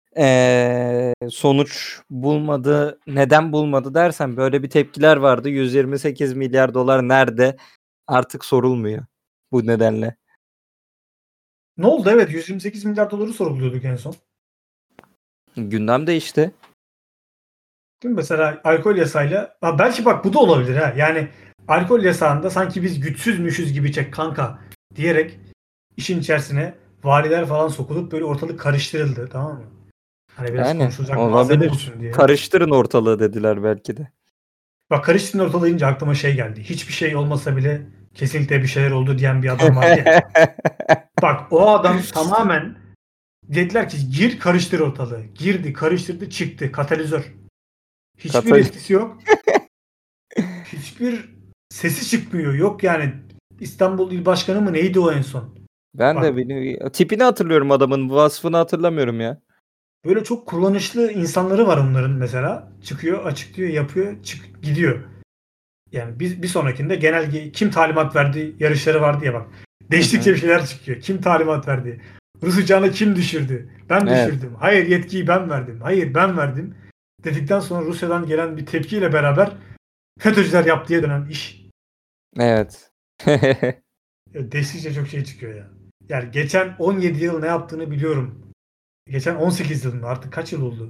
sonuç bulmadı. Neden bulmadı dersen böyle bir tepkiler vardı. 128 milyar dolar nerede? Artık sorulmuyor bu nedenle. Ne oldu? Evet 128 milyar doları sorguluyorduk en son. Gündem değişti. Değil mi? Mesela alkol yasayla belki bak bu da olabilir ha. Yani alkol yasağında sanki biz güçsüzmüşüz gibi çek kanka diyerek işin içerisine valiler falan sokulup böyle ortalık karıştırıldı tamam mı? Hani biraz Yani konuşulacak malzeme olabilir. olsun diye. Karıştırın ortalığı dediler belki de. Bak karıştırın ortalığı deyince aklıma şey geldi. Hiçbir şey olmasa bile kesinlikle bir şeyler oldu diyen bir adam vardı ya. Bak o adam tamamen dediler ki gir karıştır ortalığı. Girdi, karıştırdı, çıktı. Katalizör. Hiçbir etkisi yok. Hiçbir sesi çıkmıyor. Yok yani İstanbul İl Başkanı mı neydi o en son? Ben de tipini hatırlıyorum adamın, vasfını hatırlamıyorum ya. Böyle çok kullanışlı insanları var onların mesela. Çıkıyor, açıklıyor, yapıyor, gidiyor. Yani bir sonrakinde genel kim talimat verdi yarışları vardı ya bak. Değiştikçe bir şeyler çıkıyor. Kim talimat verdi? Rus uçağını kim düşürdü? Ben Evet. düşürdüm. Hayır yetkiyi ben verdim. Hayır ben verdim. Dedikten sonra Rusya'dan gelen bir tepkiyle beraber FETÖ'cüler yaptı diye dönen iş. Evet. Değiştikçe çok şey çıkıyor ya. Yani geçen 17 yıl ne yaptığını biliyorum. Geçen 18 yıl mı? Artık kaç yıl oldu?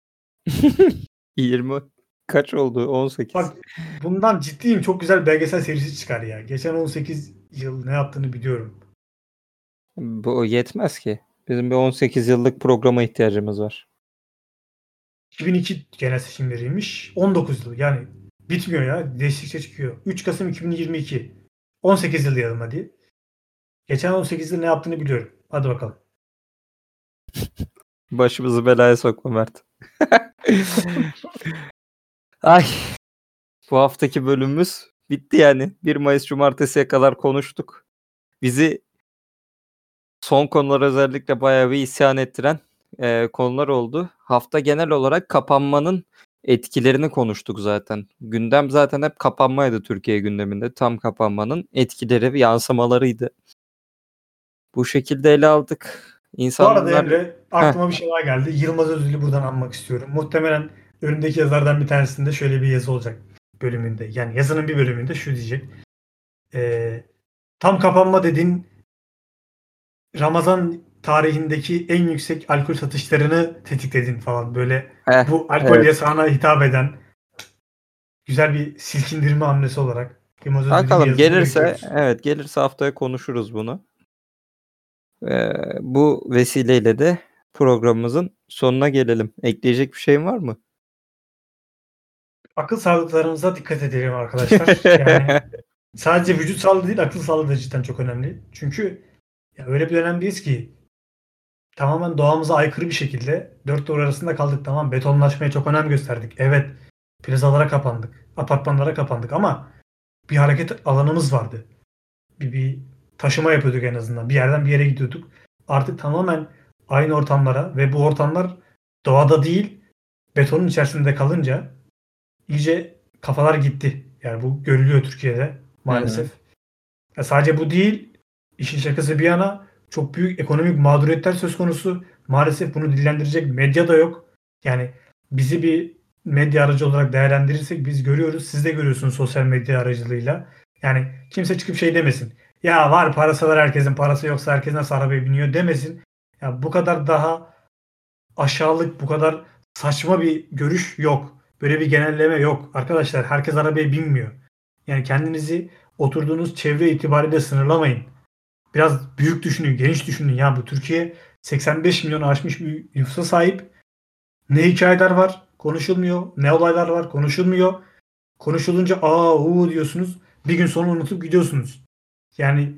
20 kaç oldu? 18. Bak bundan ciddiyim. Çok güzel belgesel serisi çıkar ya. Geçen 18 yıl ne yaptığını biliyorum. Bu yetmez ki. Bizim bir 18 yıllık programa ihtiyacımız var. 2002 genel seçimleriymiş. 19 yıl yani bitmiyor ya. Değişikçe çıkıyor. 3 Kasım 2022. 18 yıl diyelim hadi. Geçen 18 yıl ne yaptığını biliyorum. Hadi bakalım. Başımızı belaya sokma Mert. Ay, bu haftaki bölümümüz bitti yani. 1 Mayıs Cumartesi'ye kadar konuştuk. Bizi son konular özellikle bayağı bir isyan ettiren konular oldu. Hafta genel olarak kapanmanın etkilerini konuştuk zaten. Gündem zaten hep kapanmaydı Türkiye gündeminde. Tam kapanmanın etkileri ve yansımalarıydı. Bu şekilde ele aldık. Bu İnsanlar... arada Emre aklıma bir şey daha geldi. Yılmaz Özdil'i buradan anmak istiyorum. Muhtemelen önündeki yazılardan bir tanesinde şöyle bir yazı olacak bölümünde. Yani yazının bir bölümünde şu diyecek. Tam kapanma dediğin Ramazan tarihindeki en yüksek alkol satışlarını tetikledin falan. Böyle bu alkol yasağına hitap eden güzel bir silkindirme hamlesi olarak. Bakalım gelirse haftaya konuşuruz bunu. Bu vesileyle de programımızın sonuna gelelim. Ekleyecek bir şeyin var mı? Akıl sağlıklarımıza dikkat edelim arkadaşlar. Yani sadece vücut sağlığı değil akıl sağlığı da cidden çok önemli. Çünkü ya öyle bir dönemdeyiz ki tamamen doğamıza aykırı bir şekilde dört duvar arasında kaldık. Tamam betonlaşmaya çok önem gösterdik. Evet plazalara kapandık. Apartmanlara kapandık ama bir hareket alanımız vardı. Bir taşıma yapıyorduk en azından. Bir yerden bir yere gidiyorduk. Artık tamamen aynı ortamlara ve bu ortamlar doğada değil betonun içerisinde kalınca iyice kafalar gitti. Yani bu görülüyor Türkiye'de maalesef. Ya sadece bu değil. İşin şakası bir yana çok büyük ekonomik mağduriyetler söz konusu. Maalesef bunu dillendirecek medya da yok. Yani bizi bir medya aracı olarak değerlendirirsek biz görüyoruz. Siz de görüyorsunuz sosyal medya aracılığıyla. Yani kimse çıkıp şey demesin. Ya var parası var herkesin parası yoksa herkes nasıl arabaya biniyor demesin. Ya bu kadar daha aşağılık bu kadar saçma bir görüş yok. Böyle bir genelleme yok. Arkadaşlar herkes arabaya binmiyor. Yani kendinizi oturduğunuz çevre itibariyle sınırlamayın. Biraz büyük düşünün, geniş düşünün. Ya bu Türkiye 85 milyonu aşmış bir nüfusa sahip. Ne hikayeler var konuşulmuyor. Ne olaylar var konuşulmuyor. Konuşulunca diyorsunuz. Bir gün sonra unutup gidiyorsunuz. Yani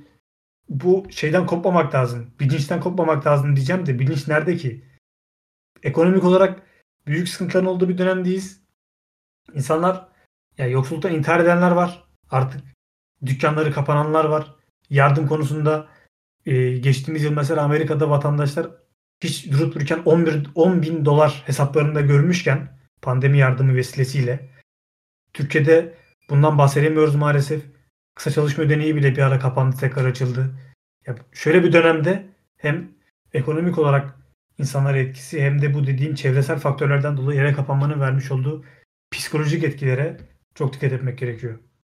bu şeyden kopmamak lazım. Bilinçten kopmamak lazım diyeceğim de bilinç nerede ki? Ekonomik olarak büyük sıkıntıların olduğu bir dönemdeyiz. İnsanlar yoksulluktan intihar edenler var. Artık dükkanları kapananlar var. Yardım konusunda geçtiğimiz yıl mesela Amerika'da vatandaşlar hiç durup dururken 10 bin dolar hesaplarında görmüşken pandemi yardımı vesilesiyle Türkiye'de bundan bahsedemiyoruz maalesef. Kısa çalışma ödeneği bile bir ara kapandı tekrar açıldı. Ya şöyle bir dönemde hem ekonomik olarak insanlara etkisi hem de bu dediğim çevresel faktörlerden dolayı eve kapanmanın vermiş olduğu psikolojik etkilere çok dikkat etmek gerekiyor.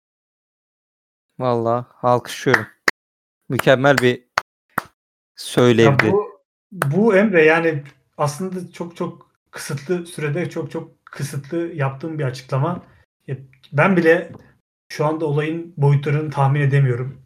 Vallahi alkışlıyorum. Mükemmel bir söylevdi. Ya bu Emre yani aslında çok kısıtlı sürede çok kısıtlı yaptığım bir açıklama. Ben bile şu anda olayın boyutlarını tahmin edemiyorum.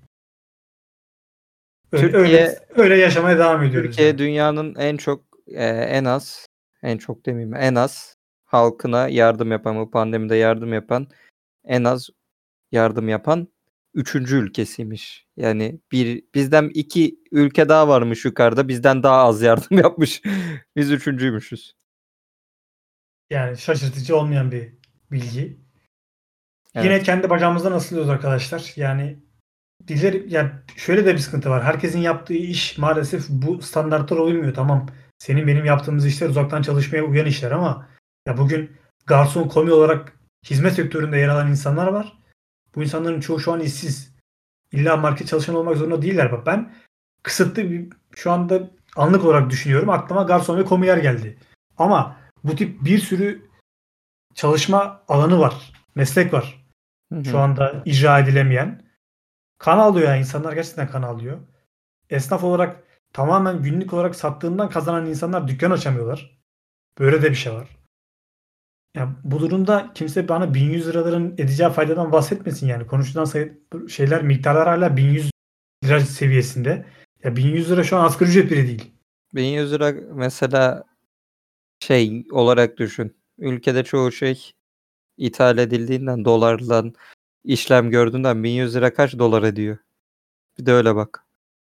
Öyle yaşamaya devam ediyoruz. Türkiye yani. dünyanın en çok en az en çok demeyeyim, en az halkına yardım yapan, bu pandemide yardım yapan, en az yardım yapan 3. ülkesiymiş. Yani bizden 2 ülke daha varmış yukarıda. Bizden daha az yardım yapmış. Biz 3.'üymüşüz. Yani şaşırtıcı olmayan bir bilgi. Yine Evet. kendi bacağımızdan asılıyoruz arkadaşlar. Yani yani şöyle de bir sıkıntı var. Herkesin yaptığı iş maalesef bu standartlara uymuyor. Tamam. Senin benim yaptığımız işler uzaktan çalışmaya uyan işler ama ya bugün garson, komi olarak hizmet sektöründe yer alan insanlar var. Bu insanların çoğu şu an işsiz. İlla market çalışanı olmak zorunda değiller. Bak ben kısıtlı bir şu anda anlık olarak düşünüyorum. Aklıma garson ve komiyer geldi. Ama bu tip bir sürü çalışma alanı var. Meslek var. Hı Şu hı. anda icra edilemeyen. Kan alıyor yani insanlar gerçekten kan alıyor. Esnaf olarak tamamen günlük olarak sattığından kazanan insanlar dükkan açamıyorlar. Böyle de bir şey var. Ya bu durumda kimse bana 1100 liraların edeceği faydadan bahsetmesin yani. Konuşulan şeyler, miktarlar hala 1100 lira seviyesinde. Ya 1100 lira şu an asgari ücret bile değil. 1100 lira mesela şey olarak düşün. Ülkede çoğu şey ithal edildiğinden, dolarla işlem gördüğünden 1100 lira kaç dolar ediyor? Bir de öyle bak.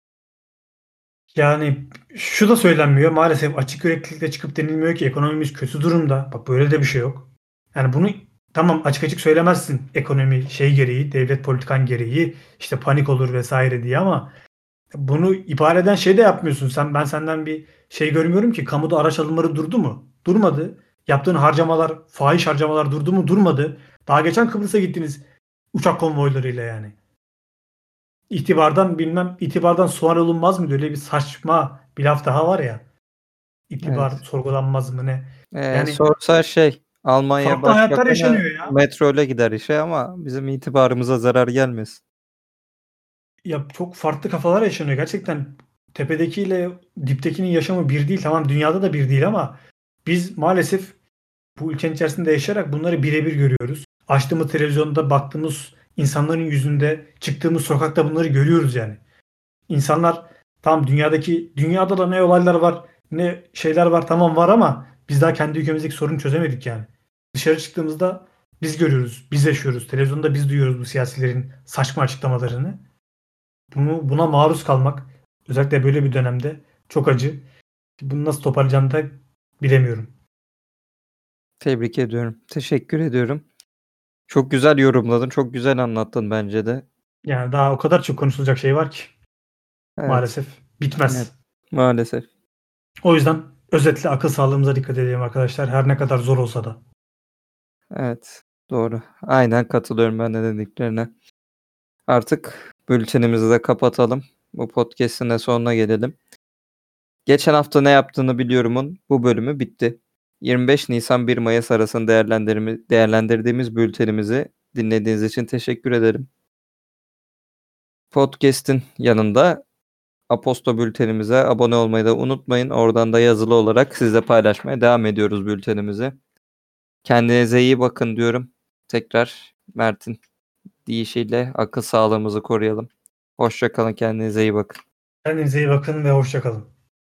Yani şu da söylenmiyor. Maalesef açık yüreklilikle çıkıp denilmiyor ki ekonomimiz kötü durumda. Bak böyle de bir şey yok. Yani bunu tamam açık açık söylemezsin ekonomi şey gereği, devlet politikan gereği işte panik olur vesaire diye ama bunu ibare eden şey de yapmıyorsun. Ben senden bir şey görmüyorum ki kamuda araç alımları durdu mu? Durmadı. Yaptığın harcamalar, fahiş harcamalar durdu mu? Durmadı. Daha geçen Kıbrıs'a gittiniz uçak konvoylarıyla yani. İtibardan sual olunmaz mı? Öyle bir saçma bir laf daha var ya. İtibar Evet. sorgulanmaz mı ne? Yani Sorsa şey, Almanya farklı hayatlar Başbakanı yaşanıyor ya. metroyla gider işe ama bizim itibarımıza zarar gelmesin. Ya çok farklı kafalar yaşanıyor. Gerçekten tepedekiyle diptekinin yaşamı bir değil. Tamam dünyada da bir değil ama biz maalesef bu ülkenin içerisinde yaşayarak bunları birebir görüyoruz. Açtığımız televizyonda baktığımız insanların yüzünde, çıktığımız sokakta bunları görüyoruz yani. İnsanlar tam dünyada da ne olaylar var, ne şeyler var tamam var ama biz daha kendi ülkemizdeki sorunu çözemedik yani. Dışarı çıktığımızda biz görüyoruz, biz yaşıyoruz. Televizyonda biz duyuyoruz bu siyasilerin saçma açıklamalarını. Buna maruz kalmak özellikle böyle bir dönemde çok acı. Bunu nasıl toparlayacağımı da bilemiyorum. Tebrik ediyorum. Teşekkür ediyorum. Çok güzel yorumladın. Çok güzel anlattın bence de. Yani daha o kadar çok konuşulacak şey var ki Evet. maalesef Evet. bitmez. Maalesef. O yüzden özetle akıl sağlığımıza dikkat edelim arkadaşlar. Her ne kadar zor olsa da. Evet. Doğru. Aynen katılıyorum ben de dediklerine. Artık bültenimizi de kapatalım. Bu podcast'in de sonuna gelelim. Geçen hafta ne yaptığını biliyorumun bu bölümü bitti. 25 Nisan 1 Mayıs arasında değerlendirdiğimiz bültenimizi dinlediğiniz için teşekkür ederim. Podcast'in yanında Aposto bültenimize abone olmayı da unutmayın. Oradan da yazılı olarak sizle paylaşmaya devam ediyoruz bültenimizi. Kendinize iyi bakın diyorum. Tekrar Mert'in deyişiyle akıl sağlığımızı koruyalım. Hoşça kalın, kendinize iyi bakın. Kendinize iyi bakın ve hoşça kalın.